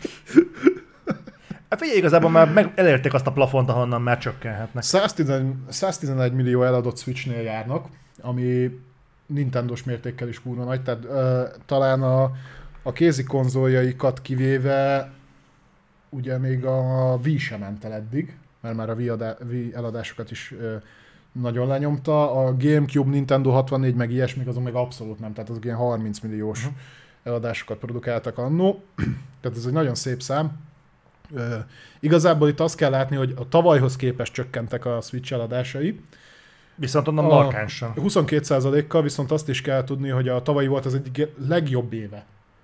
Hát figyelj, igazából már meg elérték azt a plafont, ahonnan már csökkenhetnek. száztizenegy millió eladott Switch-nél járnak, ami Nintendo-s mértékkel is kurva nagy, tehát ö, talán a, a kézi konzoljaikat kivéve ugye még a Wii sem ment el eddig, mert már a Wii, adá, Wii eladásokat is ö, nagyon lenyomta. A GameCube, Nintendo hatvannégy meg ilyesmik azon meg abszolút nem, tehát azok ilyen harminc milliós uh-huh. eladásokat produkáltak annó, tehát ez egy nagyon szép szám. Ö, igazából itt azt kell látni, hogy a tavalyhoz képest csökkentek a Switch eladásai. Viszont onnan markánsan. huszonkettő százalékkal, viszont azt is kell tudni, hogy a tavalyi volt az egyik legjobb éve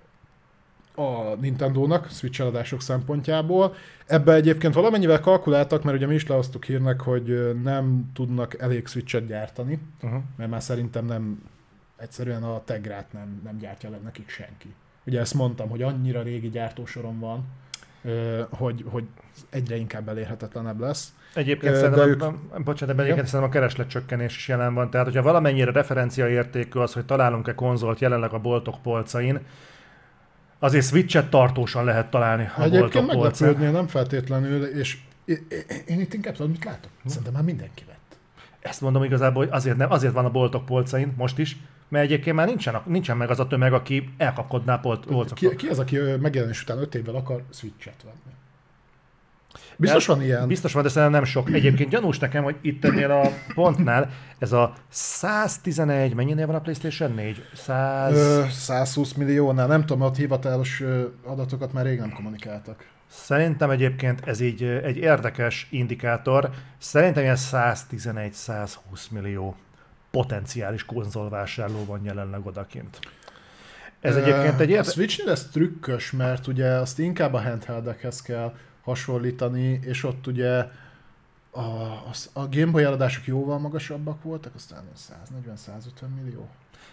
a Nintendónak, Switch eladások szempontjából. Ebbe egyébként valamennyivel kalkuláltak, mert ugye mi is lehoztuk hírnek, hogy nem tudnak elég Switchet gyártani, uh-huh. mert már szerintem nem, egyszerűen a Tegrát nem, nem gyártja le nekik senki. Ugye ezt mondtam, hogy annyira régi gyártósoron van, hogy, hogy egyre inkább elérhetetlenebb lesz. Egyébként de szerintem, ők... bocsánat, de egyébként szerintem a keresletcsökkenés is jelen van. Tehát, hogyha valamennyire referenciaértékű az, hogy találunk-e konzolt jelenleg a boltok polcain, azért Switchet tartósan lehet találni a boltok Egyébként polcain. meglepődnél, nem feltétlenül, és én, én itt inkább tudom, mit látok. Szerintem már mindenki vett. Ezt mondom igazából, hogy azért, nem, azért van a boltok polcain most is, mert egyébként már nincsen, nincsen meg az a tömeg, aki elkapkodná polcokat. Ki, ki az, aki megjelenés után öt évvel akar Switchet venni? Biztos van ilyen? Biztos van, de szerintem nem sok. Egyébként gyanús nekem, hogy itt ennél a pontnál ez a száztizenegy, mennyinél van a PlayStation négy? száz... százhúsz milliónál, nem tudom, ott hivatalos adatokat már rég nem kommunikáltak. Szerintem egyébként ez így egy érdekes indikátor. Szerintem ilyen száztizenegy-százhúsz millió potenciális konzolvásárló van jelenleg odakint. Ez egyébként egy érde... A Switch-nél ez trükkös, mert ugye azt inkább a handheldekhez kell hasonlítani, és ott ugye a, a Game Boy eladások jóval magasabbak voltak, aztán száznegyven-százötven millió.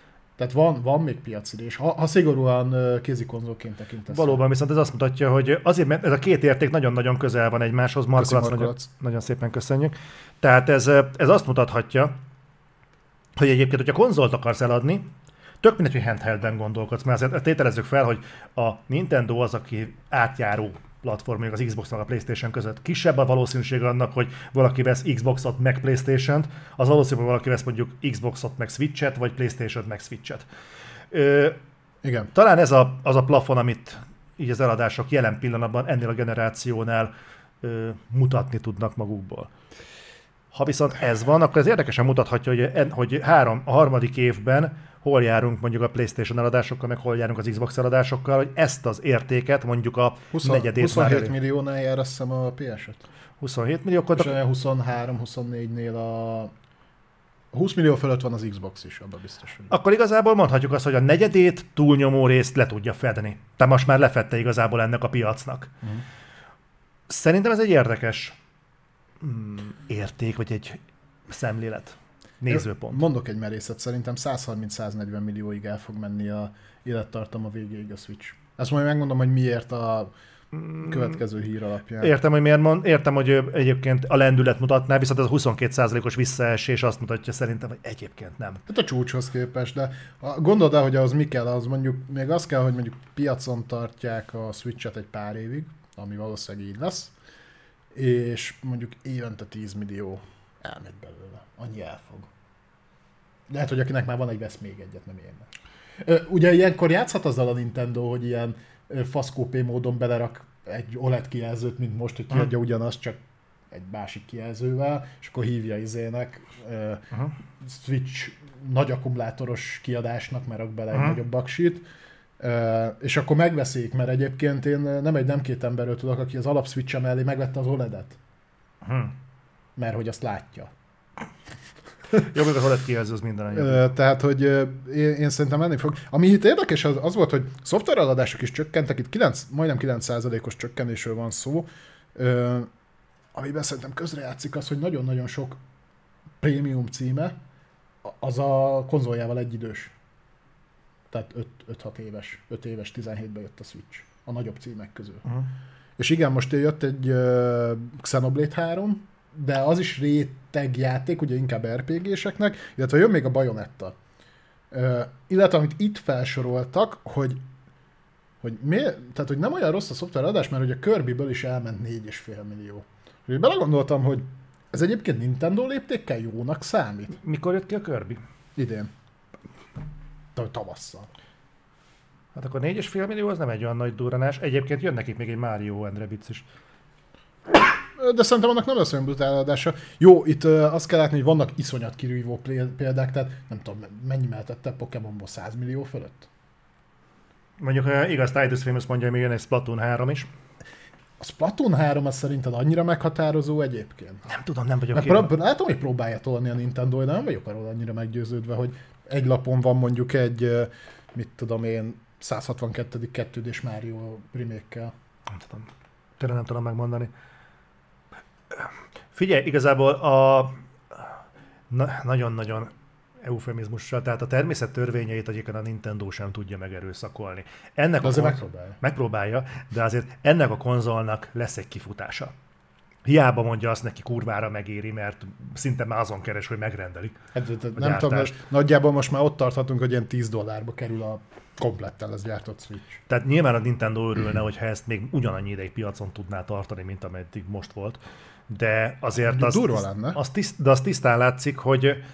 Tehát van, van még piacirés, ha, ha szigorúan kézikonzolként tekintesz. Valóban, viszont ez azt mutatja, hogy azért, mert ez a két érték nagyon-nagyon közel van egymáshoz. Markolac, nagyon, nagyon szépen köszönjük. Tehát ez, ez azt mutathatja, hogy egyébként, hogyha konzolt akarsz eladni, tök mindegy, hogy handheldben gondolkodsz, mert azért tételezzük fel, hogy a Nintendo az, aki átjáró platform, mondjuk az Xbox-nak a PlayStation között. Kisebb a valószínűség annak, hogy valaki vesz Xboxot meg PlayStation-t, az valószínű, hogy valaki vesz mondjuk Xboxot meg Switch-et, vagy PlayStation-t meg Switch-et. Ö, Igen. Talán ez a, az a plafon, amit így az eladások jelen pillanatban ennél a generációnál ö, mutatni tudnak magukból. Ha viszont ez van, akkor ez érdekesen mutathatja, hogy, en, hogy három, a harmadik évben hol járunk mondjuk a PlayStation eladásokkal, meg hol járunk az Xbox eladásokkal, hogy ezt az értéket mondjuk a húsz, negyedét huszonhét már milliónál jár azt hiszem a pé es öt. huszonhét millió, akkor... És olyan huszonhárom huszonnégynél a... húsz millió fölött van az Xbox is, abban biztos. Hogy... Akkor igazából mondhatjuk azt, hogy a negyedét túlnyomó részt le tudja fedni. Tehát most már lefedte igazából ennek a piacnak. Uh-huh. Szerintem ez egy érdekes mm, érték, vagy egy szemlélet. Nézőpont. Mondok egy merészet, szerintem száz harminc száz negyven millióig el fog menni a élettartama végéig a Switch. Ezt majd megmondom, hogy miért a következő hír alapján. Értem, hogy miért mond, értem, hogy egyébként a lendület mutatná, viszont ez a huszonkét százalékos visszaesés azt mutatja szerintem, hogy egyébként nem. Hát a csúcshoz képest, de gondold el, hogy az mi kell, az mondjuk, még az kell, hogy mondjuk piacon tartják a Switch-et egy pár évig, ami valószínűleg így lesz, és mondjuk évente tíz millió elmegy belőle. Annyi elfog. Lehet, hogy akinek már van egy, vesz még egyet, nem érne. Ugye ilyenkor játszhat azzal a Nintendo, hogy ilyen faszkópé módon belerak egy o el e dé kijelzőt, mint most, hogy kiadja ugyanazt, csak egy másik kijelzővel, és akkor hívja izének uh-huh. Switch nagy akkumulátoros kiadásnak, mert rak bele egy uh-huh. nagyobb aksit, és akkor megveszik, mert egyébként én nem egy, nem két emberről tudok, aki az alap Switch mellé megvette az o el é dé-et. Uh-huh. Mert hogy azt látja. Jó, még az o el é dé kijelző az minden anyag. Tehát, hogy én, én szerintem menni fog. Ami itt érdekes az, az volt, hogy szoftvereladások is csökkentek, itt kilenc, majdnem kilenc százalékos csökkenésről van szó, amiben szerintem közrejátszik az, hogy nagyon-nagyon sok prémium címe az a konzoljával egyidős. Tehát öt-hat éves, öt éves, tizenhétben jött a Switch a nagyobb címek közül. Uh-huh. És igen, most jött egy uh, Xenoblade három, de az is rétegjáték, ugye inkább er pé géseknek, illetve jön még a Bayonetta. Uh, illetve amit itt felsoroltak, hogy, hogy, miért, tehát, hogy nem olyan rossz a szoftveradás, mert hogy a Kirby-ből is elment négy és fél millió. Úgyhogy belegondoltam, hogy ez egyébként Nintendo léptékkel jónak számít. Mikor jött ki a Kirby? Idén. Tavasszal. Hát akkor négy és fél millió az nem egy olyan nagy durranás. Egyébként jön nekik még egy Mario and Rabbids is. De szerintem annak nem lesz olyan brutál adása. Jó, itt uh, azt kell látni, hogy vannak iszonyat kirívó példák, tehát nem tudom, mennyi mehetette Pokémonból száz millió fölött? Mondjuk uh, igaz, Titus Famous mondja, hogy még jön egy Splatoon három is. A Splatoon három az szerinted annyira meghatározó egyébként? Nem tudom, nem vagyok prób- Látom, hogy próbálja tolni a Nintendo, de nem vagyok arról annyira meggyőződve, hogy egy lapon van mondjuk egy, mit tudom én, száz hatvankettő kettődés Mario remake-kel. Nem tudom. Tényleg nem tudom megmondani. Figyelj, igazából a na, nagyon-nagyon eufemizmussal, tehát a természet törvényeit egyébként a Nintendo sem tudja megerőszakolni. Ennek de a konz... megpróbálja. megpróbálja, de azért ennek a konzolnak lesz egy kifutása. Hiába mondja azt neki kurvára megéri, mert szinte már azon keres, hogy megrendeli. Hát, nem tudom, nagyjából most már ott tarthatunk, hogy ilyen tíz dollárba kerül a komplettel ez gyártott Switch. Tehát nyilván a Nintendo örülne, hogyha ezt még ugyanannyi ideig piacon tudná tartani, mint ameddig most volt. De azért az, az, tiszt, de az tisztán látszik, hogy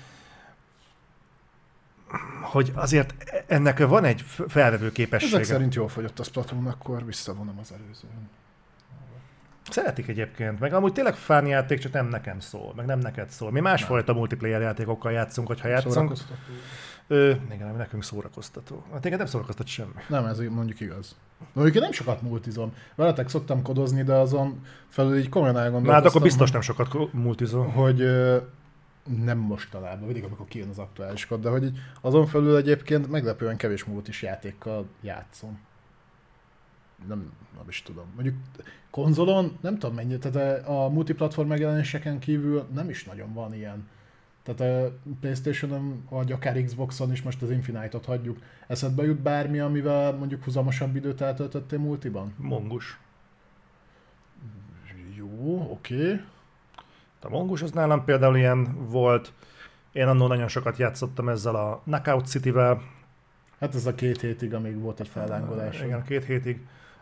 hogy azért ennek van egy felvevő képessége. Ezek szerint jól fogyott a Splatoon, akkor visszavonom az előzőn. Szeretik egyébként, meg amúgy tényleg fán játék, csak nem nekem szól, meg nem neked szól. Mi másfajta multiplayer játékokkal játszunk, hogyha játszunk. Szórakoztató. Ö, igen, nekünk szórakoztató. Hát téged nem szórakoztat semmi. Nem, ez mondjuk igaz. Mondjuk én nem sokat multizom. Veletek szoktam kodozni, de azon felül így komolyan elgondolkoztam. Na hát akkor biztos nem sokat multizom. Hogy ö, nem mostanában, mindig amikor kijön az aktuális kod, de hogy így azon felül egyébként meglepően kevés multis játékkal játszom. Nem, nem is tudom. Mondjuk konzolon nem tudom mennyit, tehát a multiplatform megjelenéseken kívül nem is nagyon van ilyen. Tehát a PlayStation-on, vagy akár Xboxon is, most az Infinite-ot hagyjuk. Eszedbe jut bármi, amivel mondjuk húzamosabb időt eltöltöttél multiban? Mongus. Jó, oké. Okay. A Mongus az nálam például ilyen volt. Én annól nagyon sokat játszottam ezzel a Knockout City-vel. Hát ez a két hétig, amíg volt egy fellángolás. Igen, két hétig.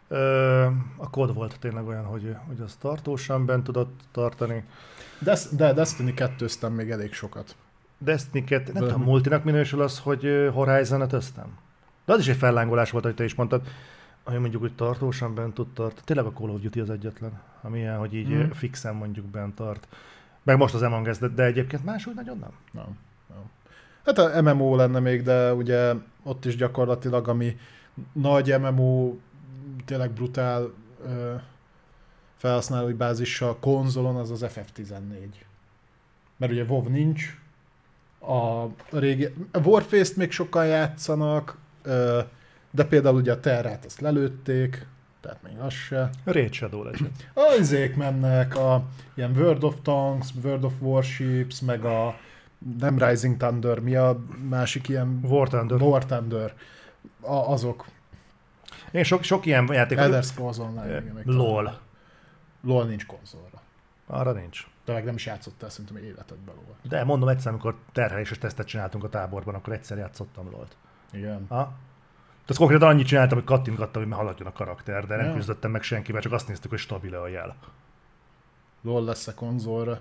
A kód volt tényleg olyan, hogy, hogy az tartósan bent tudott tartani. Des, de Destiny kettőztem még elég sokat. Destiny kettő, nem tudom, multinak minősül az, hogy Horizon-et öztem? De az is egy fellángolás volt, hogy te is mondtad, ami mondjuk, hogy tartósan bent tud tart. Tényleg a Call of Duty az egyetlen, ami ilyen, hogy így hmm. fixen mondjuk bent tart. Meg most az Among Us, de, de egyébként máshogy nagyon nem. Nem, nem. Hát a em em o lenne még, de ugye ott is gyakorlatilag, ami nagy em em o, tényleg brutál ö, felhasználói bázissal konzolon, az az ef ef tizennégy. Mert ugye WoW nincs, a régi, a Warface-t még sokan játszanak, ö, de például ugye a Terrát ezt lelőtték, tehát még az se. Raid Shadow Legend. A izék mennek, a ilyen World of Tanks, World of Warships, meg a nem Rising Thunder, mi a másik ilyen... War Thunder. War Thunder. A, azok. Én sok, sok ilyen játék... Elder Scrolls Online. LOL. LOL nincs konzolra. Arra nincs. De meg nem is játszottál szerintem életedben LOL. De mondom egyszer, amikor terheléses tesztet csináltunk a táborban, akkor egyszer játszottam LOL-t. Igen. Ha? Tehát konkrétan annyit csináltam, hogy kattintgattam, hogy haladjon a karakter, de nem ja. küzdöttem meg senkivel, csak azt néztük, hogy stabil-e a jel. LOL lesz a konzolra.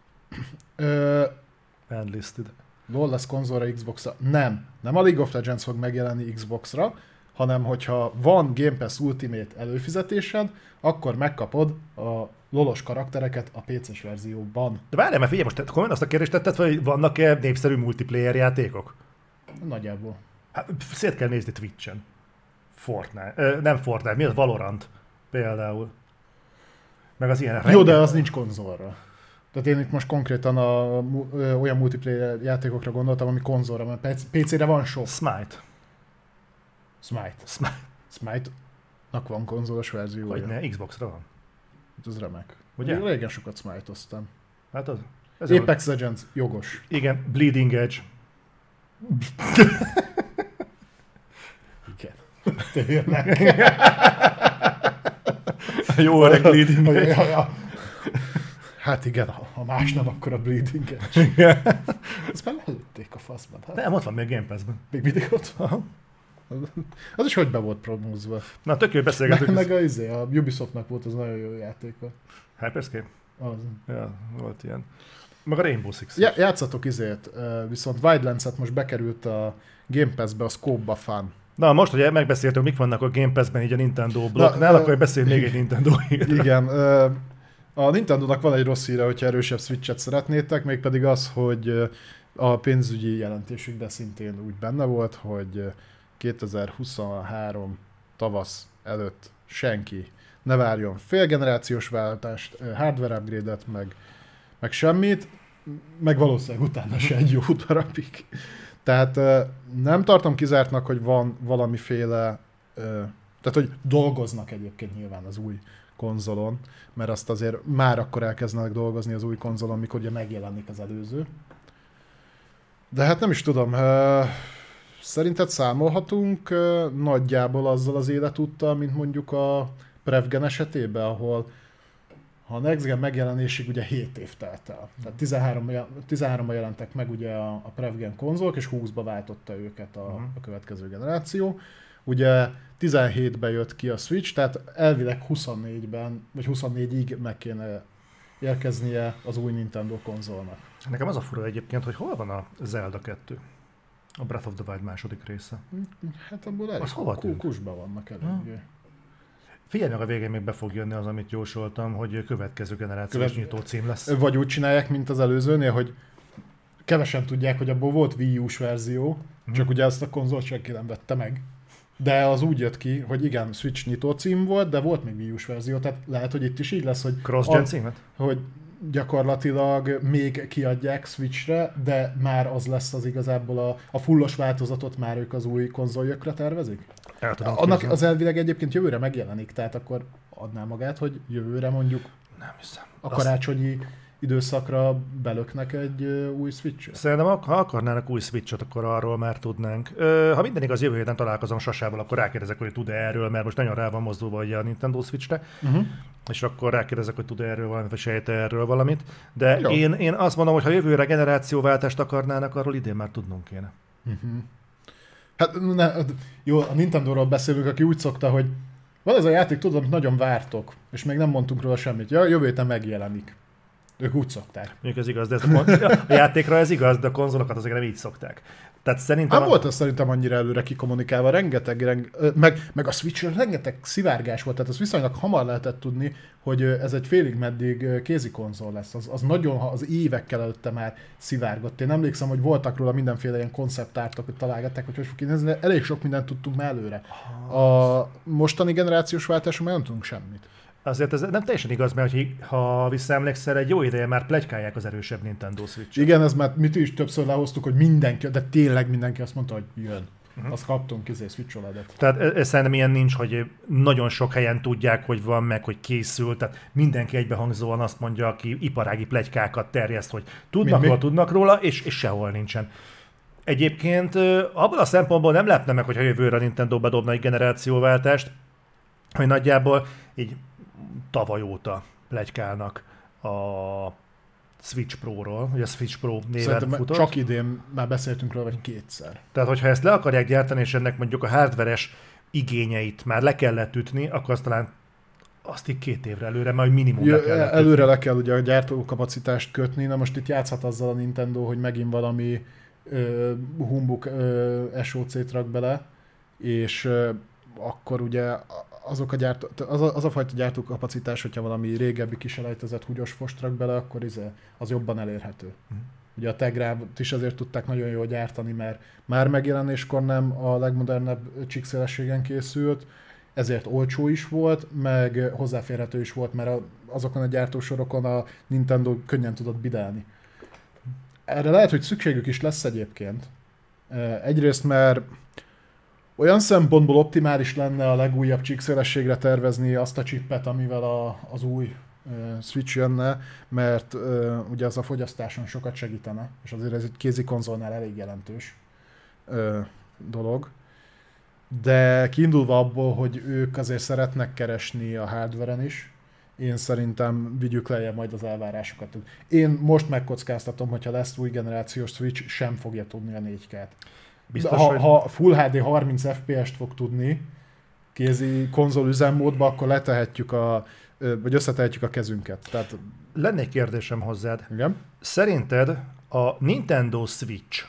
Ö... Endlisted. LOL lesz konzolra, Xboxra. Nem. Nem a League of Legends fog megjelenni Xboxra, hanem hogyha van Game Pass Ultimate előfizetésed, akkor megkapod a lolos karaktereket a pé cés verzióban. De várjál, mert figyelj, most komolyan azt a kérdést tetted, hogy vannak-e népszerű multiplayer játékok? Nagyjából. Hát szét kell nézni Twitch-en. Fortnite. Ö, nem Fortnite, mi az? Valorant például. Meg az ilyen... Jó, rengeteg... de az nincs konzolra. Tehát én itt most konkrétan a, ö, olyan multiplayer játékokra gondoltam, ami konzolra, mert pé cére van sok. Smite. Smite. Smite. Smite-nak van konzolos verziója. Hogy ne, Xboxra van. Hát ez remek. Ugye? Régen sokat Smite-oztam. Hát az. Ez Apex Legends, jogos. Igen, Bleeding Edge. Igen. Tényleg. Jó öreg Bleeding Edge. Ja, ja. Hát igen, ha más nem, akkor a Bleeding Edge. Ezt már lelőtték a faszban. Hát? Nem, ott van még Game Pass-ben. Még mindig ott van. Az is hogy be volt promózva. Na, tök jó beszélgetünk. Meg, meg a, izé, a Ubisoftnak volt az nagyon jó játéka. Hyperscape? Az. Ja, volt ilyen. Meg a Rainbow Six. Ja, játszatok izét, viszont Wildlands-et most bekerült a Game Pass-be, a Scope-ba fan. Na, most, hogy megbeszéltük, mik vannak a Game Pass-ben így a Nintendo blokknál, akkor uh, beszélj még egy Nintendo hírra. Igen. A Nintendo-nak van egy rossz híre, hogyha erősebb Switch-et szeretnétek, mégpedig az, hogy a pénzügyi jelentésükben szintén úgy benne volt, hogy kétezer-huszonhárom tavasz előtt senki ne várjon félgenerációs váltást, hardware upgrade-et, meg, meg semmit, meg valószínűleg utána se egy jó darabig. Tehát nem tartom kizártnak, hogy van valamiféle, tehát hogy dolgoznak egyébként nyilván az új konzolon, mert azt azért már akkor elkezdenek dolgozni az új konzolon, mikor ugye megjelenik az előző. De hát nem is tudom, szerinted számolhatunk nagyjából azzal az életúttal, mint mondjuk a Prevgen esetében, ahol ha a Next Gen megjelenésig ugye hét év telt el. Tehát tizenháromban jelentek meg ugye a, a Prevgen konzolok, és húszba váltotta őket a, uh-huh. a következő generáció. Ugye tizenhétben jött ki a Switch, tehát elvileg huszonnégyben, vagy huszonnégyig meg kéne érkeznie az új Nintendo konzolnak. Nekem az a fura egyébként, hogy hol van a Zelda kettő? A Breath of the Wild második része. Hát abból elég kúkusban vannak eléggé. Hmm. Figyelj meg, a végén még be fog jönni az, amit jósoltam, hogy következő generációs Követ... nyitó cím lesz. Vagy úgy csinálják, mint az előzőnél, hogy kevesen tudják, hogy abból volt Wii U-s verzió, hmm. csak ugye azt a konzolt senki nem vette meg. De az úgy jött ki, hogy igen, Switch nyitó cím volt, de volt még Wii U-s verzió, tehát lehet, hogy itt is így lesz, hogy... Cross-gen címet? Hogy gyakorlatilag még kiadják Switchre, de már az lesz az igazából a, a fullos változatot már ők az új konzoljökre tervezik? Annak az elvileg egyébként jövőre megjelenik, tehát akkor adná magát, hogy jövőre mondjuk nem hiszem. a karácsonyi időszakra belöknek egy uh, új Switch-et? Szerintem, ha akarnának új Switch-et, akkor arról már tudnánk. Ö, ha minden igaz, jövő héten találkozom Sasával, akkor rákérdezek, hogy tud-e erről, mert most nagyon rá van mozdulva a Nintendo Switch-re, uh-huh. és akkor rákérdezek, hogy tud-e erről valamit, vagy sejte erről valamit. De én, én azt mondom, hogy ha jövőre generációváltást akarnának, arról idén már tudnunk kéne. Uh-huh. Hát ne, jó, a Nintendo-ról beszélünk, aki úgy szokta, hogy van ez a játék, tudom, hogy nagyon vártok, és még nem mondtunk róla semmit. Ja, jövő héten megjelenik. Ők úgy szokták. Mondjuk ez igaz, de ez a, kon- a játékra ez igaz, de a konzolokat azért nem így szokták. Tehát szerintem... Nem a... volt az szerintem annyira előre kikommunikálva, rengeteg, reng... meg, meg a Switch-ről rengeteg szivárgás volt, tehát az viszonylag hamar lehetett tudni, hogy ez egy félig meddig kézi konzol lesz. Az, az nagyon, az évekkel előtte már szivárgott. Én emlékszem, hogy voltak róla mindenféle ilyen konceptártok, hogy találgatták, hogy hogy fog kinézni, de elég sok mindent tudtunk már előre. A mostani generációs váltáson már nem tudunk semmit. Azért ez nem teljesen igaz, mert ha visszaemlékszel, egy jó ideje már pletykálják az erősebb Nintendo Switch-et. Igen, ez már mit is többször lehoztuk, hogy mindenki, de tényleg mindenki azt mondta, hogy jön. Uh-huh. Azt kaptunk kizé Switch o el et. Tehát ez szerintem ilyen nincs, hogy nagyon sok helyen tudják, hogy van, meg hogy készül. Tehát mindenki egybehangzóan azt mondja, aki iparági pletykákat terjeszt, hogy tudnak róla, tudnak róla, és, és sehol nincsen. Egyébként abban a szempontból nem lepne meg, hogyha jövőre a Nintendo bedobna egy generációváltást, hogy nagyjából így tavaly óta pletykálnak a Switch Pro-ról, hogy a Switch Pro néven Szerintem futott. Csak idén már beszéltünk róla, vagy kétszer. Tehát, hogyha ezt le akarják gyártani, és ennek mondjuk a hardveres igényeit már le kellett ütni, akkor azt talán azt így két évre előre, majd minimum ja, le kellett Előre ütni. le kell ugye a gyártókapacitást kötni, na most itt játszhat azzal a Nintendo, hogy megint valami uh, humbuk uh, es o cét rak bele, és uh, akkor ugye azok a gyártó, az, a, az a fajta gyártókapacitás, hogyha valami régebbi kiselejtezett húgyos fost rak bele, akkor az jobban elérhető. Mm. Ugye a Tegrát is azért tudták nagyon jól gyártani, mert már megjelenéskor nem a legmodernebb csíkszélességen készült, ezért olcsó is volt, meg hozzáférhető is volt, mert azokon a gyártósorokon a Nintendo könnyen tudott bidelni. Erre lehet, hogy szükségük is lesz egyébként. Egyrészt, mert olyan szempontból optimális lenne a legújabb csíkszélességre tervezni azt a csippet, amivel a, az új uh, Switch jönne, mert uh, ugye az a fogyasztáson sokat segítene, és azért ez egy kézi konzolnál elég jelentős uh, dolog. De kiindulva abból, hogy ők azért szeretnek keresni a hardveren is, én szerintem vigyük lejjebb majd az elvárásokat. Én most megkockáztatom, hogyha lesz új generációs Switch, sem fogja tudni a négy ká-t. Biztos, ha, hogy... ha Full há dé harminc ef pé est fog tudni kézi konzol üzemmódba, akkor letehetjük a, vagy összetehetjük a kezünket. Tehát... Lenne egy kérdésem hozzád. Igen? Szerinted a Nintendo Switch,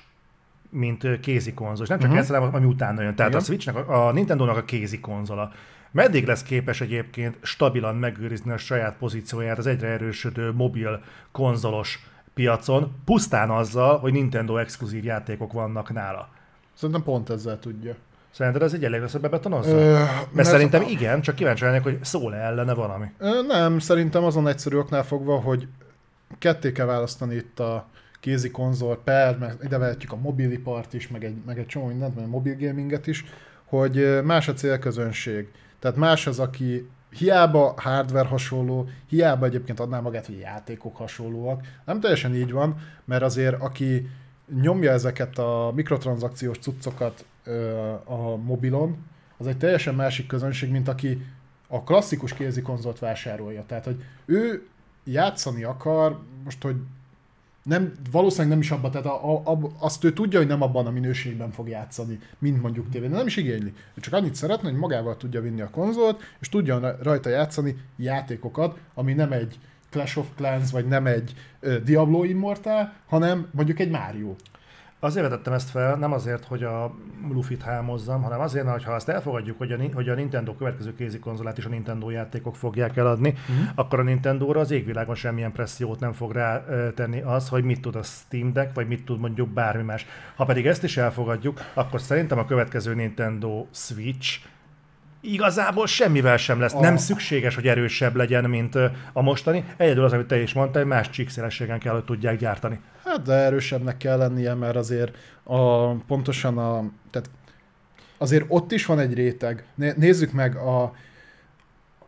mint kézi konzol, és nem csak uh-huh. ez, ami utána jön, tehát Igen? a Switchnek, a Nintendónak a kézi konzola, meddig lesz képes egyébként stabilan megőrizni a saját pozícióját az egyre erősödő mobil konzolos piacon, pusztán azzal, hogy Nintendo exkluzív játékok vannak nála? Szerintem pont ezzel tudja. Szerinted ez egy elég lesz bebetonozza? Ö, mert, mert szerintem a... igen, csak kíváncsi lennék, hogy szól-e ellene valami. Ö, nem, szerintem azon egyszerű oknál fogva, hogy ketté kell választani itt a kézi konzol per, meg ide vehetjük a mobilipart is, meg egy, meg egy csomó mindent, meg a mobil gaminget is, hogy más a célközönség. Tehát más az, aki hiába hardware hasonló, hiába egyébként adná magát, hogy játékok hasonlóak. Nem teljesen így van, mert azért aki nyomja ezeket a mikrotranszakciós cuccokat ö, a mobilon, az egy teljesen másik közönség, mint aki a klasszikus kézi konzolt vásárolja. Tehát, hogy ő játszani akar, most, hogy nem, valószínűleg nem is abban, tehát a, a, a, azt ő tudja, hogy nem abban a minőségben fog játszani, mint mondjuk tévén, de nem is igényli. Ő csak annyit szeretne, hogy magával tudja vinni a konzolt, és tudja rajta játszani játékokat, ami nem egy Clash of Clans, vagy nem egy uh, Diablo Immortal, hanem mondjuk egy Mario. Azért vetettem ezt fel, nem azért, hogy a Luffy-t hámozzam, hanem azért, mert ha azt elfogadjuk, hogy a, hogy a Nintendo következő kézi konzolát is a Nintendo játékok fogják eladni, mm. akkor a Nintendóra az égvilágon semmilyen pressziót nem fog rá tenni az, hogy mit tud a Steam Deck, vagy mit tud mondjuk bármi más. Ha pedig ezt is elfogadjuk, akkor szerintem a következő Nintendo Switch igazából semmivel sem lesz. A... Nem szükséges, hogy erősebb legyen, mint a mostani. Egyedül az, amit te is mondtál, hogy más csíkszélességen kell, hogy tudják gyártani. Hát de erősebbnek kell lennie, mert azért a, pontosan a... Tehát azért ott is van egy réteg. Nézzük meg, a,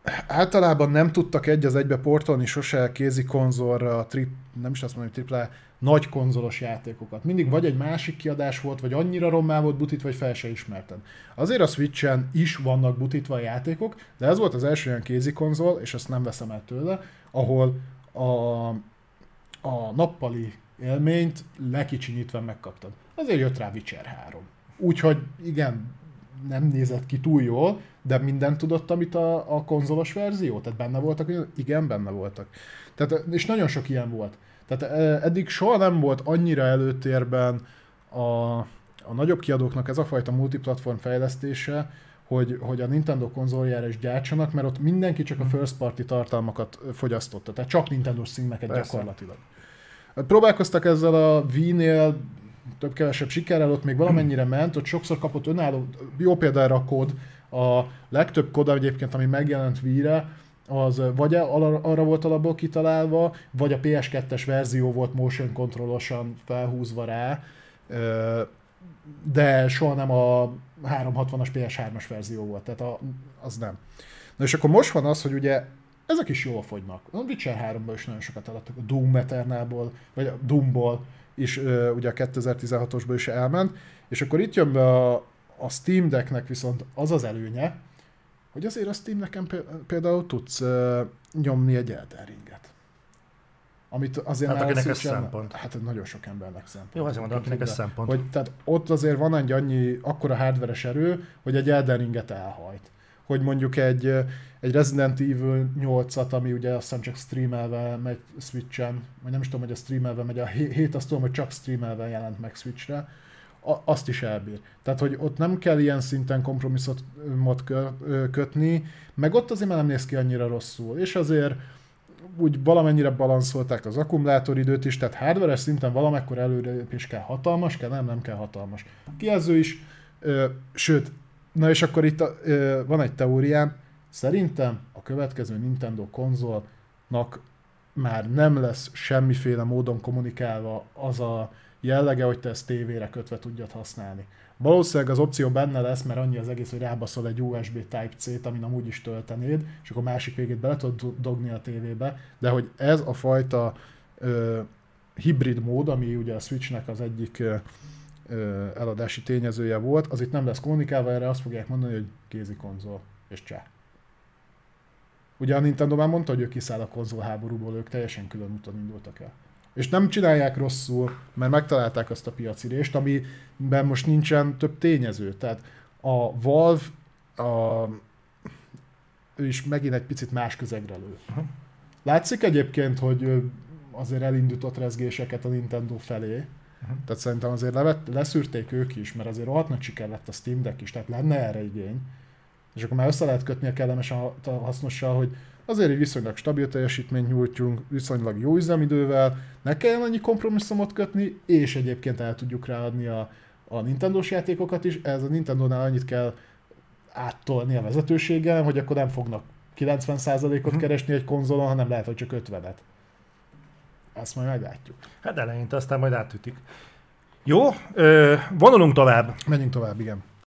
általában nem tudtak egy az egybe portolni sose kézi konzolra, trip, nem is azt mondom, hogy triple nagy konzolos játékokat. Mindig vagy egy másik kiadás volt, vagy annyira rommá volt butítva, vagy fel se ismerted. Azért a Switchen is vannak butítva a játékok, de ez volt az első olyan kézi konzol, és ezt nem veszem el tőle, ahol a, a nappali élményt lekicsinyítve megkaptad. Azért jött rá Witcher három. Úgyhogy igen, nem nézett ki túl jól, de mindent tudott, amit a, a konzolos verzió? Tehát benne voltak? Igen, benne voltak. Tehát, és nagyon sok ilyen volt. Tehát eddig soha nem volt annyira előtérben a, a nagyobb kiadóknak ez a fajta multiplatform fejlesztése, hogy, hogy a Nintendo konzoljára is gyártsanak, mert ott mindenki csak a first party tartalmakat fogyasztotta. Tehát csak Nintendo-s címeket Persze. gyakorlatilag. Próbálkoztak ezzel a Wii-nél, több-kevesebb sikerrel, ott még valamennyire ment, ott sokszor kapott önálló, jó példára a kód, a legtöbb kód egyébként, ami megjelent Wii-re, az vagy arra volt alapból kitalálva, vagy a pé es kettes verzió volt motion controlosan felhúzva rá, de soha nem a háromszázhatvanas pé es hármas verzió volt, tehát a, az nem. Na és akkor most van az, hogy ugye ezek is jól fogynak. A Witcher háromból is nagyon sokat eladtak, a Doom Eternalból, vagy a Doomból is ugye a kétezer-tizenhatosból is elment, és akkor itt jön be a, a Steam Decknek viszont az az előnye, hogy azért a Steam Decken például tudsz uh, nyomni egy Elden Ringet. Amit azért hát akinek ez szempont. Hát nagyon sok embernek szempont. Jó, azért mondom, akinek ez szempont. Hogy, tehát ott azért van egy annyi, akkora hardveres erő, hogy egy Elden Ringet elhajt. Hogy mondjuk egy, egy Resident Evil nyolcat, ami ugye azt hiszem csak streamelve megy Switchen, vagy nem is tudom, hogy a streamelve megy, a hét azt tudom, hogy csak streamelve jelent meg Switchre, azt is elbír. Tehát, hogy ott nem kell ilyen szinten kompromisszumot kötni, meg ott azért már nem néz ki annyira rosszul, és azért úgy valamennyire balanszolták az akkumulátoridőt is, tehát hardware-es szinten valamekkor előrelépés kell, hatalmas kell, nem, nem kell hatalmas. A kijelző is, ö, sőt, na és akkor itt a, ö, van egy teóriám, szerintem a következő Nintendo konzolnak már nem lesz semmiféle módon kommunikálva az a jellege, hogy te ezt tévére kötve tudjad használni. Valószínűleg az opció benne lesz, mert annyi az egész, hogy rábaszol egy u es bé Type-C-t, amin amúgy is töltenéd, és akkor másik végét bele tudod dogni a tévébe, de hogy ez a fajta ö, hibrid mód, ami ugye a Switchnek az egyik ö, ö, eladási tényezője volt, az itt nem lesz kommunikálva, erre azt fogják mondani, hogy kézi konzol, és csá. Ugye a Nintendo már mondta, hogy ők kiszáll a konzol háborúból, ők teljesen külön úton indultak el. És nem csinálják rosszul, mert megtalálták azt a piacirést, amiben most nincsen több tényező. Tehát a Valve a, ő is megint egy picit más közegre lő. Látszik egyébként, hogy azért elindított rezgéseket a Nintendo felé. Uh-huh. Tehát szerintem azért levett, leszűrték ők is, mert azért rohadt nagy siker lett a Steam Deck is, tehát lenne erre igény. És akkor már össze lehet kötni a kellemes a hasznossal, hogy azért egy viszonylag stabil teljesítményt nyújtjunk, viszonylag jó üzemidővel, ne kelljen annyi kompromisszumot kötni, és egyébként el tudjuk ráadni a, a Nintendo-s játékokat is. Ez a Nintendo-nál annyit kell áttolni a vezetőséggel, hogy akkor nem fognak kilencven százalékot keresni egy konzolon, hanem lehet, hogy csak ötvenet. Ezt majd meglátjuk. Hát eleinte, aztán majd átütik. Jó, ö, vonulunk tovább. Menjünk tovább, igen.